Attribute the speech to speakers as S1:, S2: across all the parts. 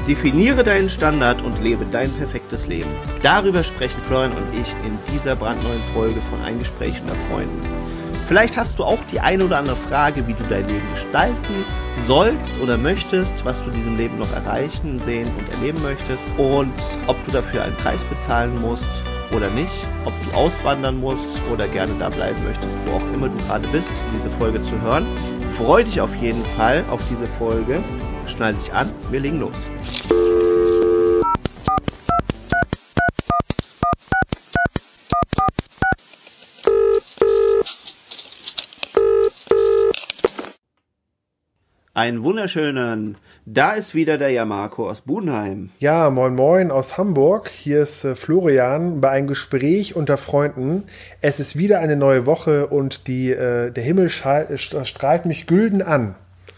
S1: Definiere deinen Standard und lebe dein perfektes Leben. Darüber sprechen Florian und ich in dieser brandneuen Folge von Ein Gespräch unter Freunden. Vielleicht hast du auch die eine oder andere Frage, wie du dein Leben gestalten sollst oder möchtest, was du in diesem Leben noch erreichen, sehen und erleben möchtest und ob du dafür einen Preis bezahlen musst oder nicht, ob du auswandern musst oder gerne da bleiben möchtest, wo auch immer du gerade bist, diese Folge zu hören. Freu dich auf jeden Fall auf diese Folge. Schnall dich an, wir legen los. Einen wunderschönen, da ist wieder der Marco aus Budenheim.
S2: Ja, moin moin aus Hamburg. Hier ist Florian bei einem Gespräch unter Freunden. Es ist wieder eine neue Woche und der Himmel strahlt mich gülden an.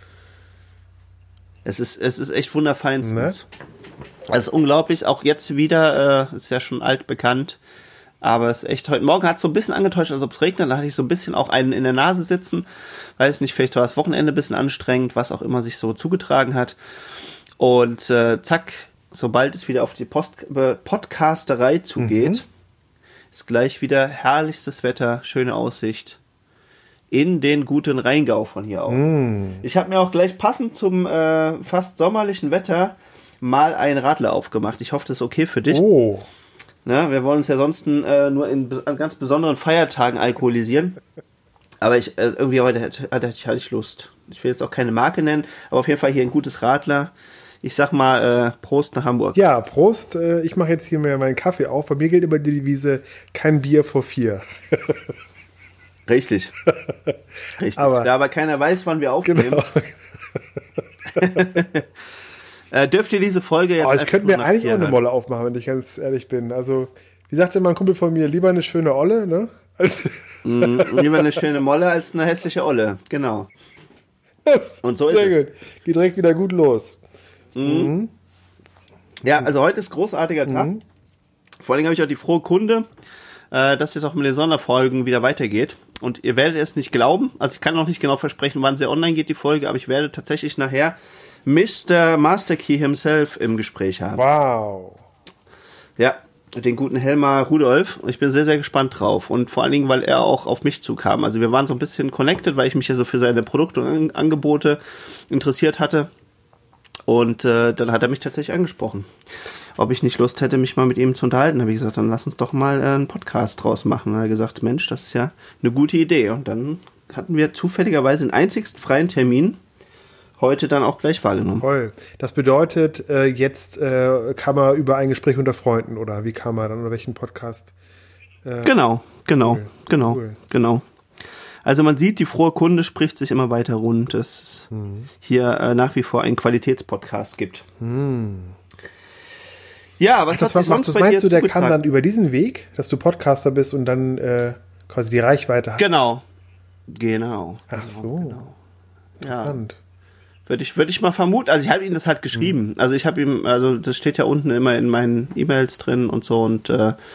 S1: Es ist echt wunderfeinstens. Ne? Es ist unglaublich, auch jetzt wieder, ist ja schon altbekannt, aber es ist echt, heute Morgen hat es so ein bisschen angetäuscht, als ob es regnet, da hatte ich so ein bisschen auch einen in der Nase sitzen, weiß nicht, vielleicht war das Wochenende ein bisschen anstrengend, was auch immer sich so zugetragen hat und zack, sobald es wieder auf die Podcasterei zugeht, ist gleich wieder herrlichstes Wetter, schöne Aussicht. In den guten Rheingau von hier aus. Ich habe mir auch gleich passend zum fast sommerlichen Wetter mal einen Radler aufgemacht. Ich hoffe, das ist okay für dich.
S2: Oh.
S1: Na, wir wollen uns ja sonst nur an ganz besonderen Feiertagen alkoholisieren. Aber irgendwie hatte ich Lust. Ich will jetzt auch keine Marke nennen, aber auf jeden Fall hier ein gutes Radler. Ich sag mal, Prost nach Hamburg.
S2: Ja, Prost. Ich mache jetzt hier mal meinen Kaffee auf. Bei mir gilt immer die Devise, kein Bier vor 4.
S1: Richtig. Aber, da aber keiner weiß, wann wir aufnehmen. Genau. Dürft ihr diese Folge jetzt
S2: ich könnte mir eigentlich auch eine Molle aufmachen, wenn ich ganz ehrlich bin. Also, wie sagte mal ein Kumpel von mir, lieber eine schöne Olle, ne?
S1: Lieber eine schöne Molle als eine hässliche Olle. Genau. Und so ist
S2: sehr gut. Geht direkt wieder gut los.
S1: Ja, also heute ist großartiger Tag. Vor allem habe ich auch die frohe Kunde, dass jetzt auch mit den Sonderfolgen wieder weitergeht. Und ihr werdet es nicht glauben, also ich kann noch nicht genau versprechen, wann sie online geht, die Folge, aber ich werde tatsächlich nachher Mr. Masterkey himself im Gespräch haben.
S2: Wow.
S1: Ja, den guten Helmar Rudolph. Ich bin sehr, sehr gespannt drauf. Und vor allen Dingen, weil er auch auf mich zukam. Also wir waren so ein bisschen connected, weil ich mich ja so für seine Produkte und Angebote interessiert hatte. Und dann hat er mich tatsächlich angesprochen, ob ich nicht Lust hätte, mich mal mit ihm zu unterhalten. Da habe ich gesagt, dann lass uns doch mal einen Podcast draus machen. Und er hat gesagt, Mensch, das ist ja eine gute Idee. Und dann hatten wir zufälligerweise den einzigsten freien Termin heute dann auch gleich wahrgenommen.
S2: Toll. Das bedeutet, jetzt kann man über ein Gespräch unter Freunden, oder wie kann man dann, oder welchen Podcast?
S1: Genau. Also man sieht, die frohe Kunde spricht sich immer weiter rund, dass es hier nach wie vor einen Qualitätspodcast gibt. Ja, was
S2: meinst du, der kann dann über diesen Weg, dass du Podcaster bist und dann quasi die Reichweite hast?
S1: Genau.
S2: Ach so.
S1: Genau.
S2: Interessant.
S1: Ja. Würde ich mal vermuten. Also ich habe ihm das halt geschrieben. Also ich habe ihm, also das steht ja unten immer in meinen E-Mails drin und so und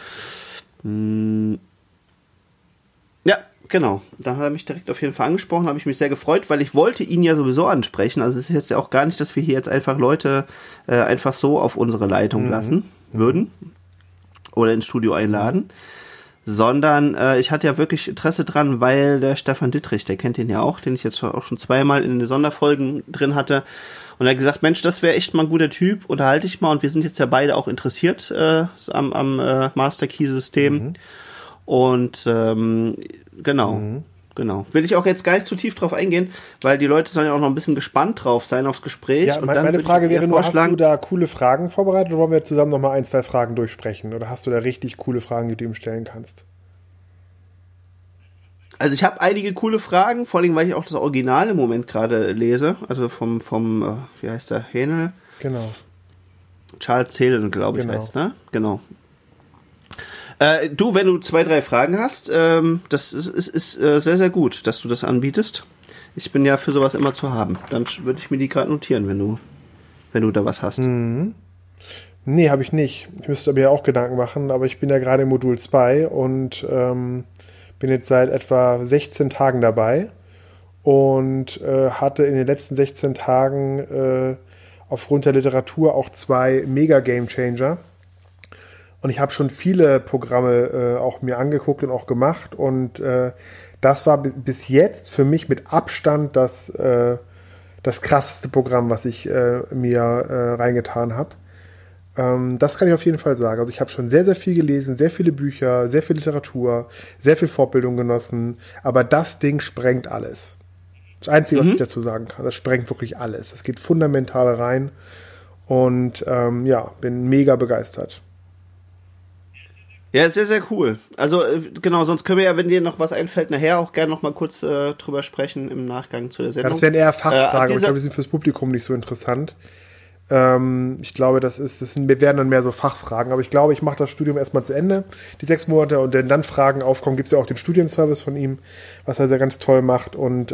S1: ja, genau. Dann hat er mich direkt auf jeden Fall angesprochen, habe ich mich sehr gefreut, weil ich wollte ihn ja sowieso ansprechen. Also es ist jetzt ja auch gar nicht, dass wir hier jetzt einfach Leute einfach so auf unsere Leitung lassen würden oder ins Studio einladen, sondern ich hatte ja wirklich Interesse dran, weil der Stefan Dittrich, der kennt ihn ja auch, den ich jetzt auch schon zweimal in den Sonderfolgen drin hatte, und er hat gesagt, Mensch, das wäre echt mal ein guter Typ, unterhalte ich mal, und wir sind jetzt ja beide auch interessiert am Master Key System und genau. Will ich auch jetzt gar nicht zu tief drauf eingehen, weil die Leute sollen ja auch noch ein bisschen gespannt drauf sein aufs Gespräch.
S2: Ja,
S1: und
S2: meine Frage wäre nur, hast du da coole Fragen vorbereitet oder wollen wir zusammen noch mal 1, 2 Fragen durchsprechen? Oder hast du da richtig coole Fragen, die du ihm stellen kannst?
S1: Also ich habe einige coole Fragen, vor allem, weil ich auch das Original im Moment gerade lese, also vom wie heißt der, Hähnel?
S2: Genau.
S1: Charles Hähnel, glaube ich, heißt, ne? Genau. Du, wenn du 2, 3 Fragen hast, das ist sehr, sehr gut, dass du das anbietest. Ich bin ja für sowas immer zu haben. Dann würde ich mir die gerade notieren, wenn du da was hast.
S2: Nee, habe ich nicht. Ich müsste aber ja auch Gedanken machen, aber ich bin ja gerade im Modul 2 und bin jetzt seit etwa 16 Tagen dabei und hatte in den letzten 16 Tagen aufgrund der Literatur auch 2 Mega-Game-Changer. Und ich habe schon viele Programme auch mir angeguckt und auch gemacht. Und das war bis jetzt für mich mit Abstand das krasseste Programm, was ich mir reingetan habe. Das kann ich auf jeden Fall sagen. Also ich habe schon sehr, sehr viel gelesen, sehr viele Bücher, sehr viel Literatur, sehr viel Fortbildung genossen. Aber das Ding sprengt alles. Das Einzige, was ich dazu sagen kann, das sprengt wirklich alles. Es geht fundamental rein. Und bin mega begeistert.
S1: Ja, sehr, sehr cool. Also genau, sonst können wir ja, wenn dir noch was einfällt, nachher auch gerne noch mal kurz drüber sprechen im Nachgang zu der Sendung.
S2: Ja, das wären eher Fachfragen, aber ich glaube, die sind fürs Publikum nicht so interessant. Ich glaube, wir werden dann mehr so Fachfragen, aber ich glaube, ich mache das Studium erstmal zu Ende, die 6 Monate, und wenn dann Fragen aufkommen, gibt es ja auch den Studienservice von ihm, was er sehr ganz toll macht. Und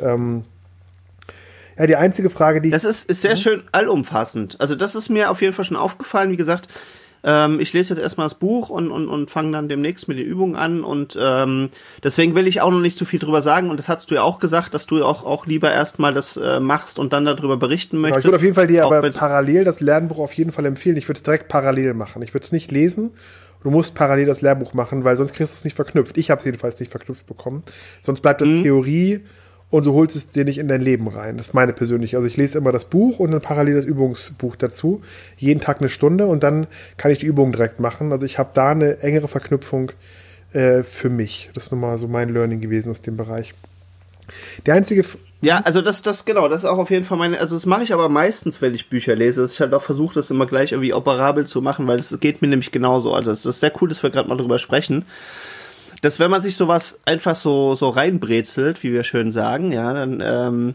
S2: die einzige Frage, die...
S1: Das ist sehr schön allumfassend. Also das ist mir auf jeden Fall schon aufgefallen, wie gesagt. Ich lese jetzt erstmal das Buch und fange dann demnächst mit den Übungen an, und deswegen will ich auch noch nicht zu viel drüber sagen, und das hast du ja auch gesagt, dass du auch lieber erstmal das machst und dann darüber berichten möchtest.
S2: Genau, ich würde auf jeden Fall dir aber parallel das Lernbuch auf jeden Fall empfehlen. Ich würde es direkt parallel machen. Ich würde es nicht lesen. Du musst parallel das Lehrbuch machen, weil sonst kriegst du es nicht verknüpft. Ich habe es jedenfalls nicht verknüpft bekommen. Sonst bleibt das Theorie und du holst es dir nicht in dein Leben rein. Das ist meine persönliche. Also ich lese immer das Buch und dann parallel das Übungsbuch dazu. Jeden Tag 1 Stunde, und dann kann ich die Übungen direkt machen. Also ich habe da eine engere Verknüpfung für mich. Das ist nochmal so mein Learning gewesen aus dem Bereich. Der einzige...
S1: Ja, also das ist auch auf jeden Fall also das mache ich aber meistens, wenn ich Bücher lese, dass ich halt auch versuche, das immer gleich irgendwie operabel zu machen, weil das geht mir nämlich genauso. Also das ist sehr cool, dass wir gerade mal drüber sprechen. Dass wenn man sich sowas einfach so reinbrezelt, wie wir schön sagen, ja, dann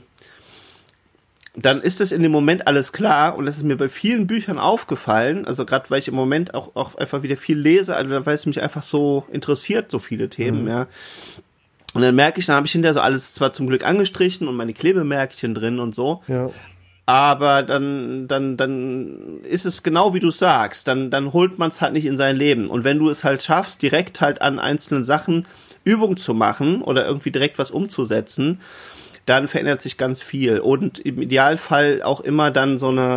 S1: ist es in dem Moment alles klar, und das ist mir bei vielen Büchern aufgefallen, also gerade weil ich im Moment auch einfach wieder viel lese, also weil es mich einfach so interessiert, so viele Themen, ja. Und dann merke ich, dann habe ich hinterher so alles zwar zum Glück angestrichen und meine Klebemärkchen drin und so,
S2: Ja.
S1: aber dann ist es genau wie du sagst, dann holt man es halt nicht in sein Leben. Und wenn du es halt schaffst, direkt halt an einzelnen Sachen Übung zu machen oder irgendwie direkt was umzusetzen, dann verändert sich ganz viel. Und im Idealfall auch immer dann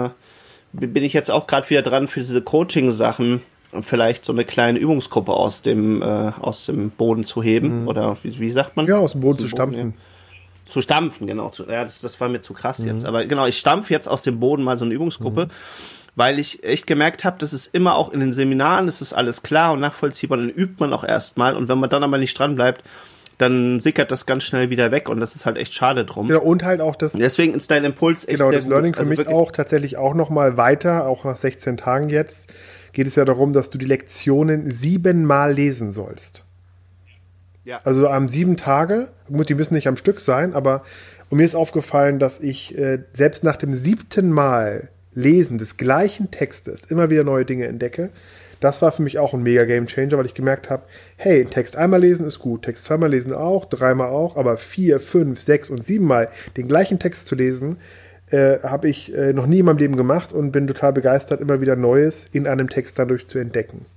S1: bin ich jetzt auch gerade wieder dran für diese Coaching-Sachen, vielleicht so eine kleine Übungsgruppe aus dem Boden zu heben, oder wie sagt man?
S2: Ja, aus dem Boden zu stampfen.
S1: Zu stampfen, genau. Das war mir zu krass jetzt. Aber genau, ich stampfe jetzt aus dem Boden mal so eine Übungsgruppe, weil ich echt gemerkt habe, das ist immer auch in den Seminaren, das ist alles klar und nachvollziehbar, dann übt man auch erstmal, und wenn man dann aber nicht dran bleibt, dann sickert das ganz schnell wieder weg, und das ist halt echt schade drum.
S2: Genau, und halt auch das...
S1: Deswegen ist dein Impuls echt
S2: genau,
S1: sehr
S2: das Learning
S1: gut.
S2: für mich auch tatsächlich auch nochmal weiter, auch nach 16 Tagen jetzt, geht es ja darum, dass du die Lektionen 7-mal lesen sollst.
S1: Ja.
S2: Also 7 Tage, gut, die müssen nicht am Stück sein, aber mir ist aufgefallen, dass ich selbst nach dem 7. Mal Lesen des gleichen Textes immer wieder neue Dinge entdecke. Das war für mich auch ein mega Game Changer, weil ich gemerkt habe, hey, Text einmal lesen ist gut, Text 2-mal lesen auch, 3-mal auch, aber 4, 5, 6 und 7-mal den gleichen Text zu lesen, habe ich noch nie in meinem Leben gemacht, und bin total begeistert, immer wieder Neues in einem Text dadurch zu entdecken.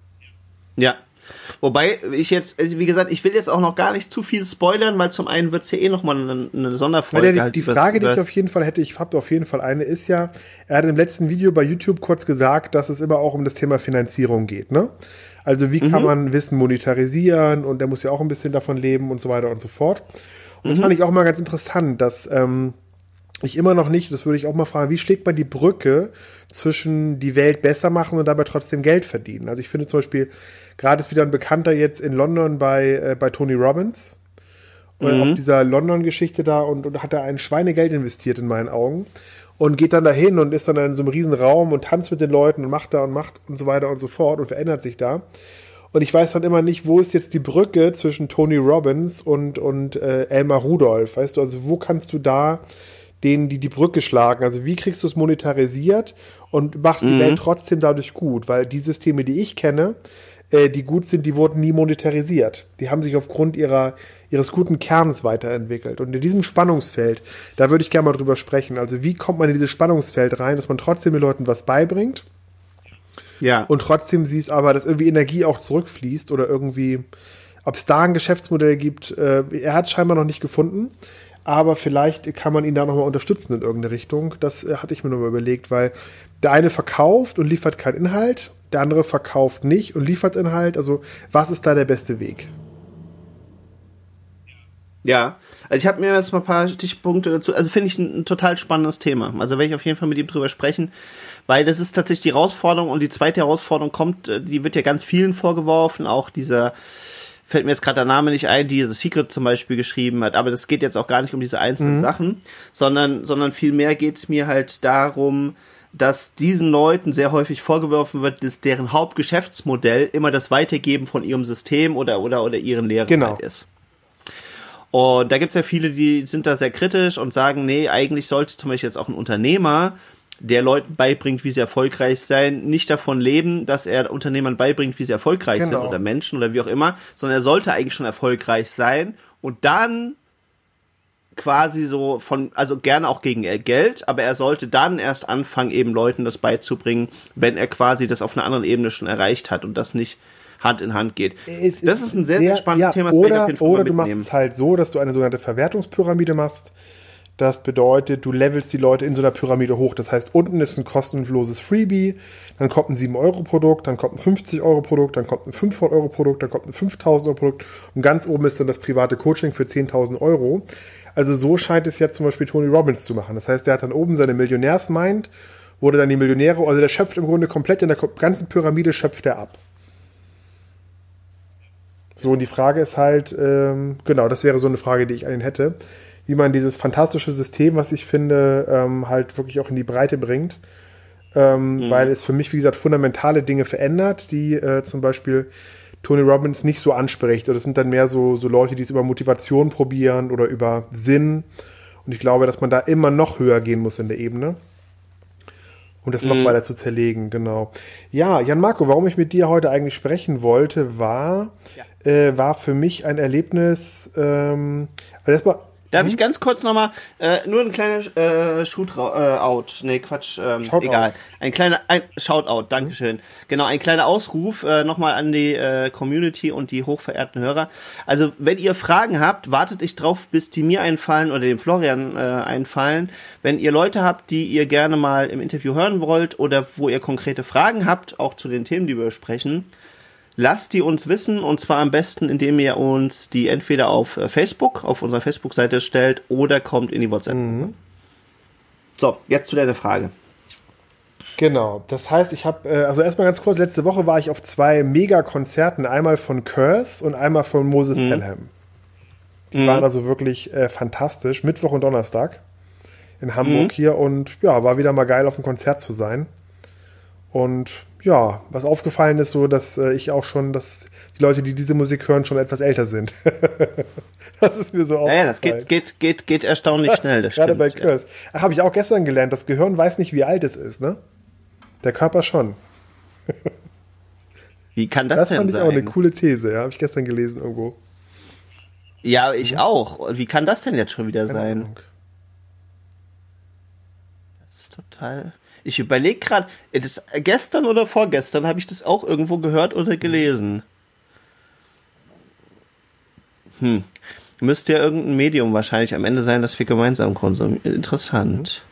S1: Ja. Wobei ich jetzt, also wie gesagt, ich will jetzt auch noch gar nicht zu viel spoilern, weil zum einen wird es ja eh nochmal eine Sonderfolge.
S2: Ja, die Frage, die ich auf jeden Fall hätte, ich habe auf jeden Fall eine, ist ja, er hat im letzten Video bei YouTube kurz gesagt, dass es immer auch um das Thema Finanzierung geht, ne? Also wie kann man Wissen monetarisieren, und er muss ja auch ein bisschen davon leben und so weiter und so fort. Und das fand ich auch mal ganz interessant, dass ich immer noch nicht, das würde ich auch mal fragen, wie schlägt man die Brücke zwischen die Welt besser machen und dabei trotzdem Geld verdienen? Also ich finde zum Beispiel, gerade ist wieder ein Bekannter jetzt in London bei Tony Robbins, auf dieser London-Geschichte da, und hat da ein Schweinegeld investiert in meinen Augen, und geht dann dahin und ist dann in so einem riesen Raum und tanzt mit den Leuten und macht und so weiter und so fort und verändert sich da. Und ich weiß dann immer nicht, wo ist jetzt die Brücke zwischen Tony Robbins und Elmar Rudolph, weißt du, also wo kannst du da denen die Brücke schlagen? Also wie kriegst du es monetarisiert und machst die Welt trotzdem dadurch gut? Weil die Systeme, die ich kenne, die gut sind, die wurden nie monetarisiert. Die haben sich aufgrund ihres guten Kerns weiterentwickelt. Und in diesem Spannungsfeld, da würde ich gerne mal drüber sprechen. Also wie kommt man in dieses Spannungsfeld rein, dass man trotzdem den Leuten was beibringt?
S1: Ja.
S2: Und trotzdem siehst aber, dass irgendwie Energie auch zurückfließt oder irgendwie, ob es da ein Geschäftsmodell gibt, er hat es scheinbar noch nicht gefunden. aber vielleicht kann man ihn da nochmal unterstützen in irgendeine Richtung. Das hatte ich mir nochmal überlegt, weil der eine verkauft und liefert keinen Inhalt, der andere verkauft nicht und liefert Inhalt. Also was ist da der beste Weg?
S1: Ja, also ich habe mir jetzt mal ein paar Stichpunkte dazu, also finde ich ein total spannendes Thema. Also werde ich auf jeden Fall mit ihm drüber sprechen, weil das ist tatsächlich die Herausforderung, und die zweite Herausforderung kommt, die wird ja ganz vielen vorgeworfen, auch dieser, fällt mir jetzt gerade der Name nicht ein, die The Secret zum Beispiel geschrieben hat, aber das geht jetzt auch gar nicht um diese einzelnen Sachen, sondern vielmehr geht es mir halt darum, dass diesen Leuten sehr häufig vorgeworfen wird, dass deren Hauptgeschäftsmodell immer das Weitergeben von ihrem System oder ihren Lehren halt ist. Und da gibt's ja viele, die sind da sehr kritisch und sagen, nee, eigentlich sollte zum Beispiel jetzt auch ein Unternehmer, der Leuten beibringt, wie sie erfolgreich sein, nicht davon leben, dass er Unternehmern beibringt, wie sie erfolgreich sind oder Menschen oder wie auch immer, sondern er sollte eigentlich schon erfolgreich sein und dann quasi so also gerne auch gegen Geld, aber er sollte dann erst anfangen, eben Leuten das beizubringen, wenn er quasi das auf einer anderen Ebene schon erreicht hat und das nicht Hand in Hand geht. Das ist ein sehr, sehr spannendes Thema.
S2: Oder du machst es halt so, dass du eine sogenannte Verwertungspyramide machst. Das bedeutet, du levelst die Leute in so einer Pyramide hoch. Das heißt, unten ist ein kostenloses Freebie, dann kommt ein 7-Euro-Produkt, dann kommt ein 50-Euro-Produkt, dann kommt ein 500-Euro-Produkt, dann kommt ein 5.000-Euro-Produkt und ganz oben ist dann das private Coaching für 10.000 Euro. Also so scheint es jetzt zum Beispiel Tony Robbins zu machen. Das heißt, der hat dann oben seine Millionärsmind, wurde dann die Millionäre, also der schöpft im Grunde komplett in der ganzen Pyramide schöpft er ab. So, und die Frage ist halt, genau, das wäre so eine Frage, die ich an ihn hätte, wie man dieses fantastische System, was ich finde, halt wirklich auch in die Breite bringt, weil es für mich, wie gesagt, fundamentale Dinge verändert, die zum Beispiel Tony Robbins nicht so anspricht. Oder das sind dann mehr so Leute, die es über Motivation probieren oder über Sinn. Und ich glaube, dass man da immer noch höher gehen muss in der Ebene. Um das noch weiter zu zerlegen, genau. Ja, Jan-Marco, warum ich mit dir heute eigentlich sprechen wollte, war für mich ein Erlebnis, also erstmal.
S1: Darf ich ganz kurz nochmal, nur ein kleiner Shootout, egal. Ein Shoutout, Dankeschön. Genau, ein kleiner Ausruf nochmal an die Community und die hochverehrten Hörer. Also, wenn ihr Fragen habt, wartet nicht drauf, bis die mir einfallen oder dem Florian einfallen. Wenn ihr Leute habt, die ihr gerne mal im Interview hören wollt oder wo ihr konkrete Fragen habt, auch zu den Themen, die wir besprechen, lasst die uns wissen, und zwar am besten, indem ihr uns die entweder auf Facebook, auf unserer Facebook-Seite stellt, oder kommt in die WhatsApp-Gruppe. So, jetzt zu deiner Frage.
S2: Genau, das heißt, ich habe, also erstmal ganz kurz, letzte Woche war ich auf 2 Mega-Konzerten, einmal von Curse und einmal von Moses Pelham. Die waren also wirklich fantastisch, Mittwoch und Donnerstag in Hamburg hier, und ja, war wieder mal geil, auf dem Konzert zu sein. Und ja, was aufgefallen ist so, dass ich auch schon, dass die Leute, die diese Musik hören, schon etwas älter sind. Das ist mir so aufgefallen.
S1: Ja, das geht erstaunlich schnell. Das
S2: Gerade
S1: stimmt,
S2: bei Curse. Ach, habe ich auch gestern gelernt, das Gehirn weiß nicht, wie alt es ist, ne? Der Körper schon.
S1: Wie kann das denn sein?
S2: Das fand ich auch eine coole These, ja, habe ich gestern gelesen irgendwo.
S1: Ja, ich auch. Wie kann das denn jetzt schon wieder sein? Das ist total... Ich überlege gerade, gestern oder vorgestern habe ich das auch irgendwo gehört oder gelesen. Müsste ja irgendein Medium wahrscheinlich am Ende sein, das wir gemeinsam konsumieren. Interessant.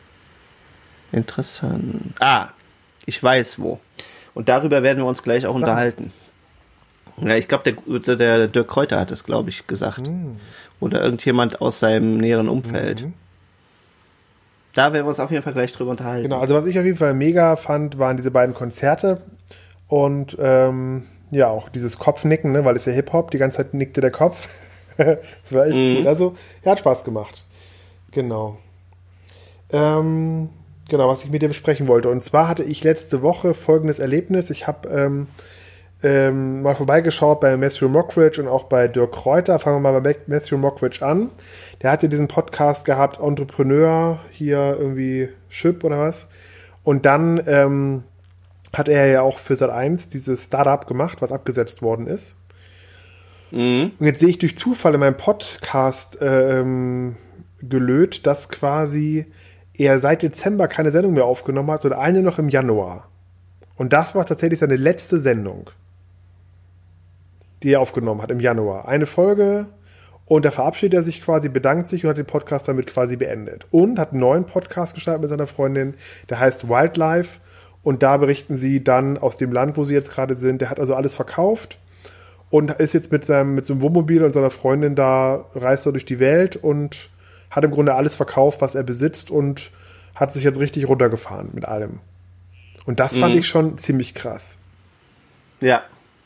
S1: Ah, ich weiß wo. Und darüber werden wir uns gleich auch unterhalten. Ja, ich glaube, der Dirk Kräuter hat es, glaube ich, gesagt. Oder irgendjemand aus seinem näheren Umfeld. Da werden wir uns auf jeden Fall gleich drüber unterhalten.
S2: Genau, also was ich auf jeden Fall mega fand, waren diese beiden Konzerte und ja, auch dieses Kopfnicken, ne, weil es ja Hip-Hop, die ganze Zeit nickte der Kopf. Das war echt cool. Also, ja, hat Spaß gemacht. Genau. Genau, was ich mit dir besprechen wollte. Und zwar hatte ich letzte Woche folgendes Erlebnis. Ich habe mal vorbeigeschaut bei Matthew Mockridge und auch bei Dirk Kräuter. Fangen wir mal bei Matthew Mockridge an. Der hatte diesen Podcast gehabt, Entrepreneur, hier irgendwie Chip oder was. Und dann hat er ja auch für Sat.1 dieses Startup gemacht, was abgesetzt worden ist. Und jetzt sehe ich durch Zufall in meinem Podcast gelöt, dass quasi er seit Dezember keine Sendung mehr aufgenommen hat und eine noch im Januar. Und das war tatsächlich seine letzte Sendung, die er aufgenommen hat im Januar. Eine Folge Und da verabschiedet er sich quasi, bedankt sich und hat den Podcast damit quasi beendet. Und hat einen neuen Podcast gestartet mit seiner Freundin, der heißt Wildlife. Und da berichten sie dann aus dem Land, wo sie jetzt gerade sind. Der hat also alles verkauft und ist jetzt mit so einem Wohnmobil und seiner Freundin da, reist er durch die Welt und hat im Grunde alles verkauft, was er besitzt und hat sich jetzt richtig runtergefahren mit allem. Und das fand ich schon ziemlich krass.
S1: Ja.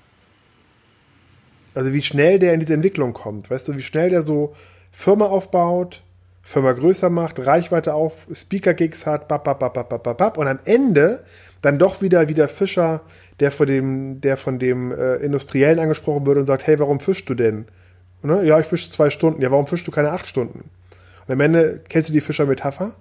S2: Also wie schnell der in diese Entwicklung kommt. Weißt du, wie schnell der so Firma aufbaut, Firma größer macht, Reichweite auf, Speaker-Gigs hat, und am Ende dann doch wieder wie der Fischer, der von dem Industriellen angesprochen wird und sagt, hey, warum fischst du denn? Ne? Ja, ich fische 2 Stunden. Ja, warum fischst du keine 8 Stunden? Und am Ende, kennst du die Fischer-Metapher?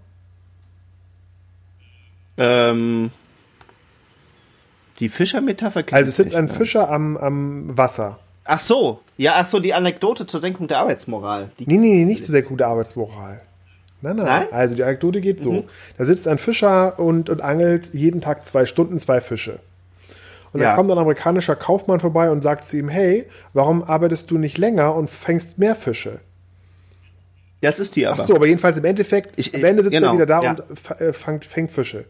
S1: Die Fischer-Metapher?
S2: Also es sitzt ein Fischer am Wasser.
S1: Ach so, die Anekdote zur Senkung der Arbeitsmoral.
S2: Nee, nicht zur Senkung der Arbeitsmoral. Nein? Also die Anekdote geht so. Da sitzt ein Fischer und angelt jeden Tag 2 Stunden 2 Fische. Und dann kommt ein amerikanischer Kaufmann vorbei und sagt zu ihm, hey, warum arbeitest du nicht länger und fängst mehr Fische?
S1: Das ist die aber.
S2: Ach so, aber jedenfalls im Endeffekt, am Ende sitzt er wieder da und fängt Fische.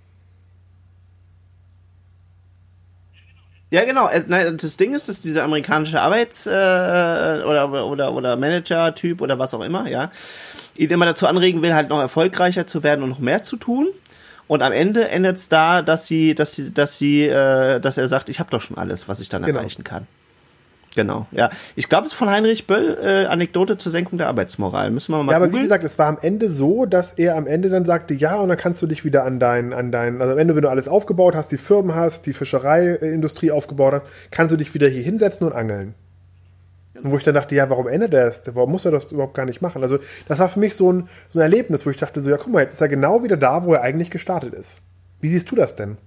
S1: Ja, genau. Das Ding ist, dass dieser amerikanische Arbeits- oder Manager-Typ oder was auch immer, ja, ihn immer dazu anregen will, halt noch erfolgreicher zu werden und noch mehr zu tun. Und am Ende endet es da, dass er sagt, ich habe doch schon alles, was ich dann erreichen kann. Genau, ja. Ich glaube, es ist von Heinrich Böll, Anekdote zur Senkung der Arbeitsmoral. Müssen wir mal
S2: aber
S1: googeln.
S2: Wie gesagt, es war am Ende so, dass er am Ende dann sagte, ja, und dann kannst du dich wieder also am Ende, wenn du alles aufgebaut hast, die Firmen hast, die Fischereiindustrie aufgebaut hast, kannst du dich wieder hier hinsetzen und angeln. Genau. Und wo ich dann dachte, ja, warum endet er das? Warum muss er das überhaupt gar nicht machen? Also das war für mich so ein Erlebnis, wo ich dachte so, ja, guck mal, jetzt ist er genau wieder da, wo er eigentlich gestartet ist. Wie siehst du das denn?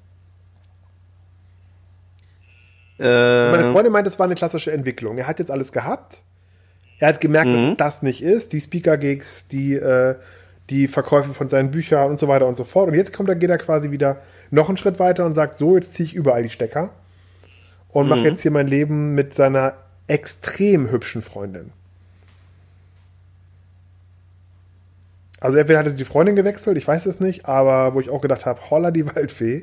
S2: Meine Freundin meint, es war eine klassische Entwicklung. Er hat jetzt alles gehabt. Er hat gemerkt, dass es das nicht ist. Die Speaker-Gigs, die Verkäufe von seinen Büchern und so weiter und so fort. Und jetzt geht er quasi wieder noch einen Schritt weiter und sagt, so, jetzt ziehe ich überall die Stecker und mache jetzt hier mein Leben mit seiner extrem hübschen Freundin. Also entweder hat er die Freundin gewechselt, ich weiß es nicht, aber wo ich auch gedacht habe, holla die Waldfee.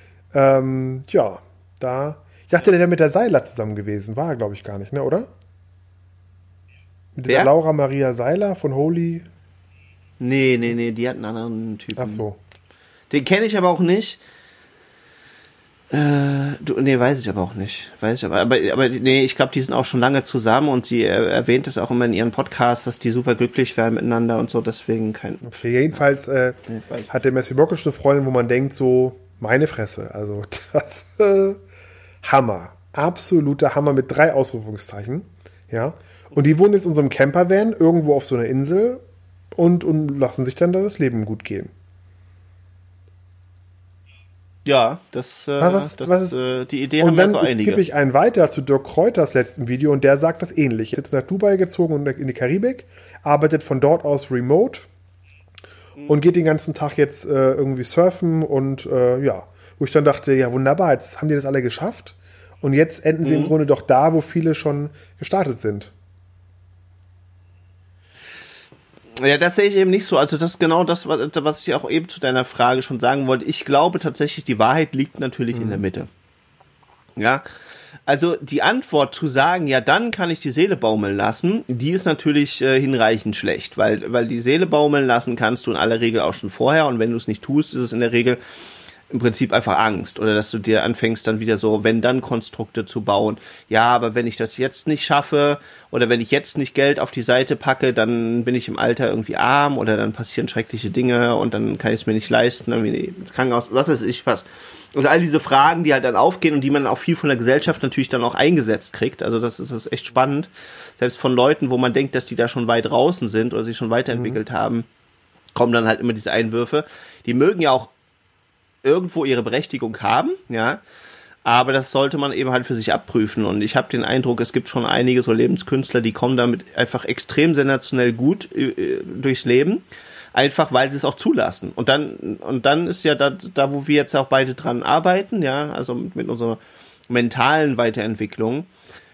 S2: Ich dachte, der wäre mit der Seiler zusammen gewesen. War er, glaube ich, gar nicht, ne, oder? Mit dieser Laura Maria Seiler von Holy.
S1: Nee, die hat einen anderen Typen.
S2: Ach so.
S1: Den kenne ich aber auch nicht. Weiß ich aber auch nicht. Aber ich glaube, die sind auch schon lange zusammen und sie erwähnt es auch immer in ihren Podcasts, dass die super glücklich wären miteinander und so, deswegen kein...
S2: Okay, jedenfalls hat der Matthew Bockisch eine Freundin, wo man denkt so, meine Fresse, also das... Hammer. Absoluter Hammer mit 3 Ausrufungszeichen. Ja. Und die wohnen jetzt in so einem Campervan irgendwo auf so einer Insel und lassen sich dann da das Leben gut gehen.
S1: Ja, die Idee haben ja so einige. Und dann
S2: skippe ich einen weiter zu Dirk Kräuters letzten Video und der sagt das ähnlich. Er ist jetzt nach Dubai gezogen und in die Karibik, arbeitet von dort aus remote und geht den ganzen Tag jetzt irgendwie surfen und wo ich dann dachte, ja wunderbar, jetzt haben die das alle geschafft und jetzt enden sie im Grunde doch da, wo viele schon gestartet sind.
S1: Ja, das sehe ich eben nicht so. Also das ist genau das, was ich auch eben zu deiner Frage schon sagen wollte. Ich glaube tatsächlich, die Wahrheit liegt natürlich in der Mitte. Ja, also die Antwort zu sagen, ja, dann kann ich die Seele baumeln lassen, die ist natürlich hinreichend schlecht, weil die Seele baumeln lassen kannst du in aller Regel auch schon vorher und wenn du es nicht tust, ist es in der Regel im Prinzip einfach Angst oder dass du dir anfängst dann wieder so Wenn-Dann-Konstrukte zu bauen. Ja, aber wenn ich das jetzt nicht schaffe oder wenn ich jetzt nicht Geld auf die Seite packe, dann bin ich im Alter irgendwie arm oder dann passieren schreckliche Dinge und dann kann ich es mir nicht leisten, irgendwie ins Krankenhaus, was weiß ich was. Also all diese Fragen, die halt dann aufgehen und die man auch viel von der Gesellschaft natürlich dann auch eingesetzt kriegt. Also das ist echt spannend. Selbst von Leuten, wo man denkt, dass die da schon weit draußen sind oder sich schon weiterentwickelt haben, kommen dann halt immer diese Einwürfe. Die mögen ja auch irgendwo ihre Berechtigung haben, ja, aber das sollte man eben halt für sich abprüfen und ich habe den Eindruck, es gibt schon einige so Lebenskünstler, die kommen damit einfach extrem sensationell gut durchs Leben, einfach weil sie es auch zulassen und dann ist ja da wo wir jetzt auch beide dran arbeiten, ja, also mit unserer mentalen Weiterentwicklung,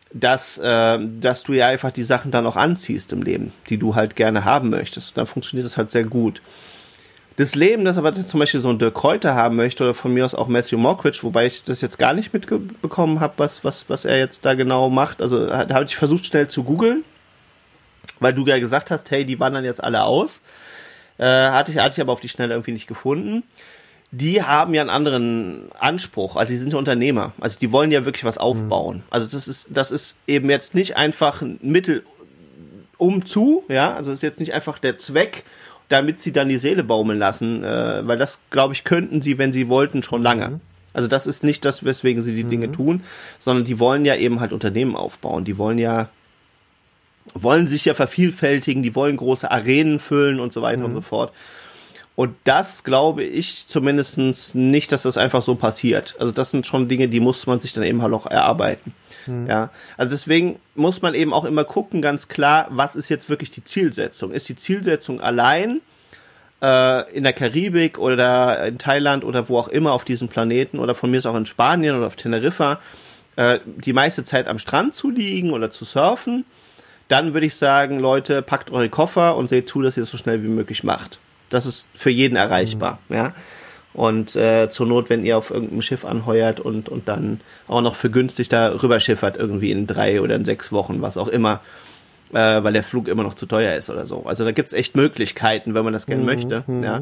S1: dass du ja einfach die Sachen dann auch anziehst im Leben, die du halt gerne haben möchtest. Dann funktioniert das halt sehr gut. Das Leben, das aber zum Beispiel so ein Dirk Kräuter haben möchte oder von mir aus auch Matthew Mockridge, wobei ich das jetzt gar nicht mitbekommen habe, was er jetzt da genau macht. Also da habe ich versucht schnell zu googeln, weil du ja gesagt hast, hey, die wandern jetzt alle aus. Hatte ich aber auf die Schnelle irgendwie nicht gefunden. Die haben ja einen anderen Anspruch, also die sind ja Unternehmer, also die wollen ja wirklich was aufbauen. Also das ist eben jetzt nicht einfach ein Mittel ja, also das ist jetzt nicht einfach der Zweck, damit sie dann die Seele baumeln lassen, weil das, glaube ich, könnten sie, wenn sie wollten, schon lange. Also das ist nicht das, weswegen sie die Dinge tun, sondern die wollen ja eben halt Unternehmen aufbauen, die wollen sich ja vervielfältigen, die wollen große Arenen füllen und so weiter und so fort. Und das glaube ich zumindest nicht, dass das einfach so passiert. Also das sind schon Dinge, die muss man sich dann eben halt auch erarbeiten. Ja, also deswegen muss man eben auch immer gucken, ganz klar, was ist jetzt wirklich die Zielsetzung? Ist die Zielsetzung allein in der Karibik oder in Thailand oder wo auch immer auf diesem Planeten oder von mir ist auch in Spanien oder auf Teneriffa die meiste Zeit am Strand zu liegen oder zu surfen? Dann würde ich sagen, Leute, packt eure Koffer und seht zu, dass ihr es so schnell wie möglich macht. Das ist für jeden erreichbar, ja. Und zur Not, wenn ihr auf irgendeinem Schiff anheuert und dann auch noch für günstig da rüberschiffert, irgendwie in 3 oder in 6 Wochen, was auch immer, weil der Flug immer noch zu teuer ist oder so. Also da gibt's echt Möglichkeiten, wenn man das gerne möchte, ja.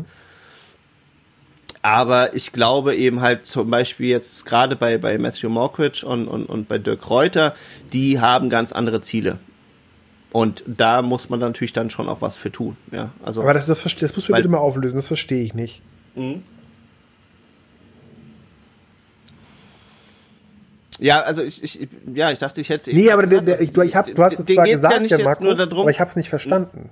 S1: Aber ich glaube eben halt zum Beispiel jetzt gerade bei Matthew Mockridge und bei Dirk Kräuter, die haben ganz andere Ziele. Und da muss man natürlich dann schon auch was für tun. Ja, also,
S2: aber das muss man bitte mal auflösen, das verstehe ich nicht.
S1: Ja, also ich dachte, ich hätte es
S2: Nee, aber du hast es zwar gesagt, ja Marco, aber ich habe es nicht verstanden.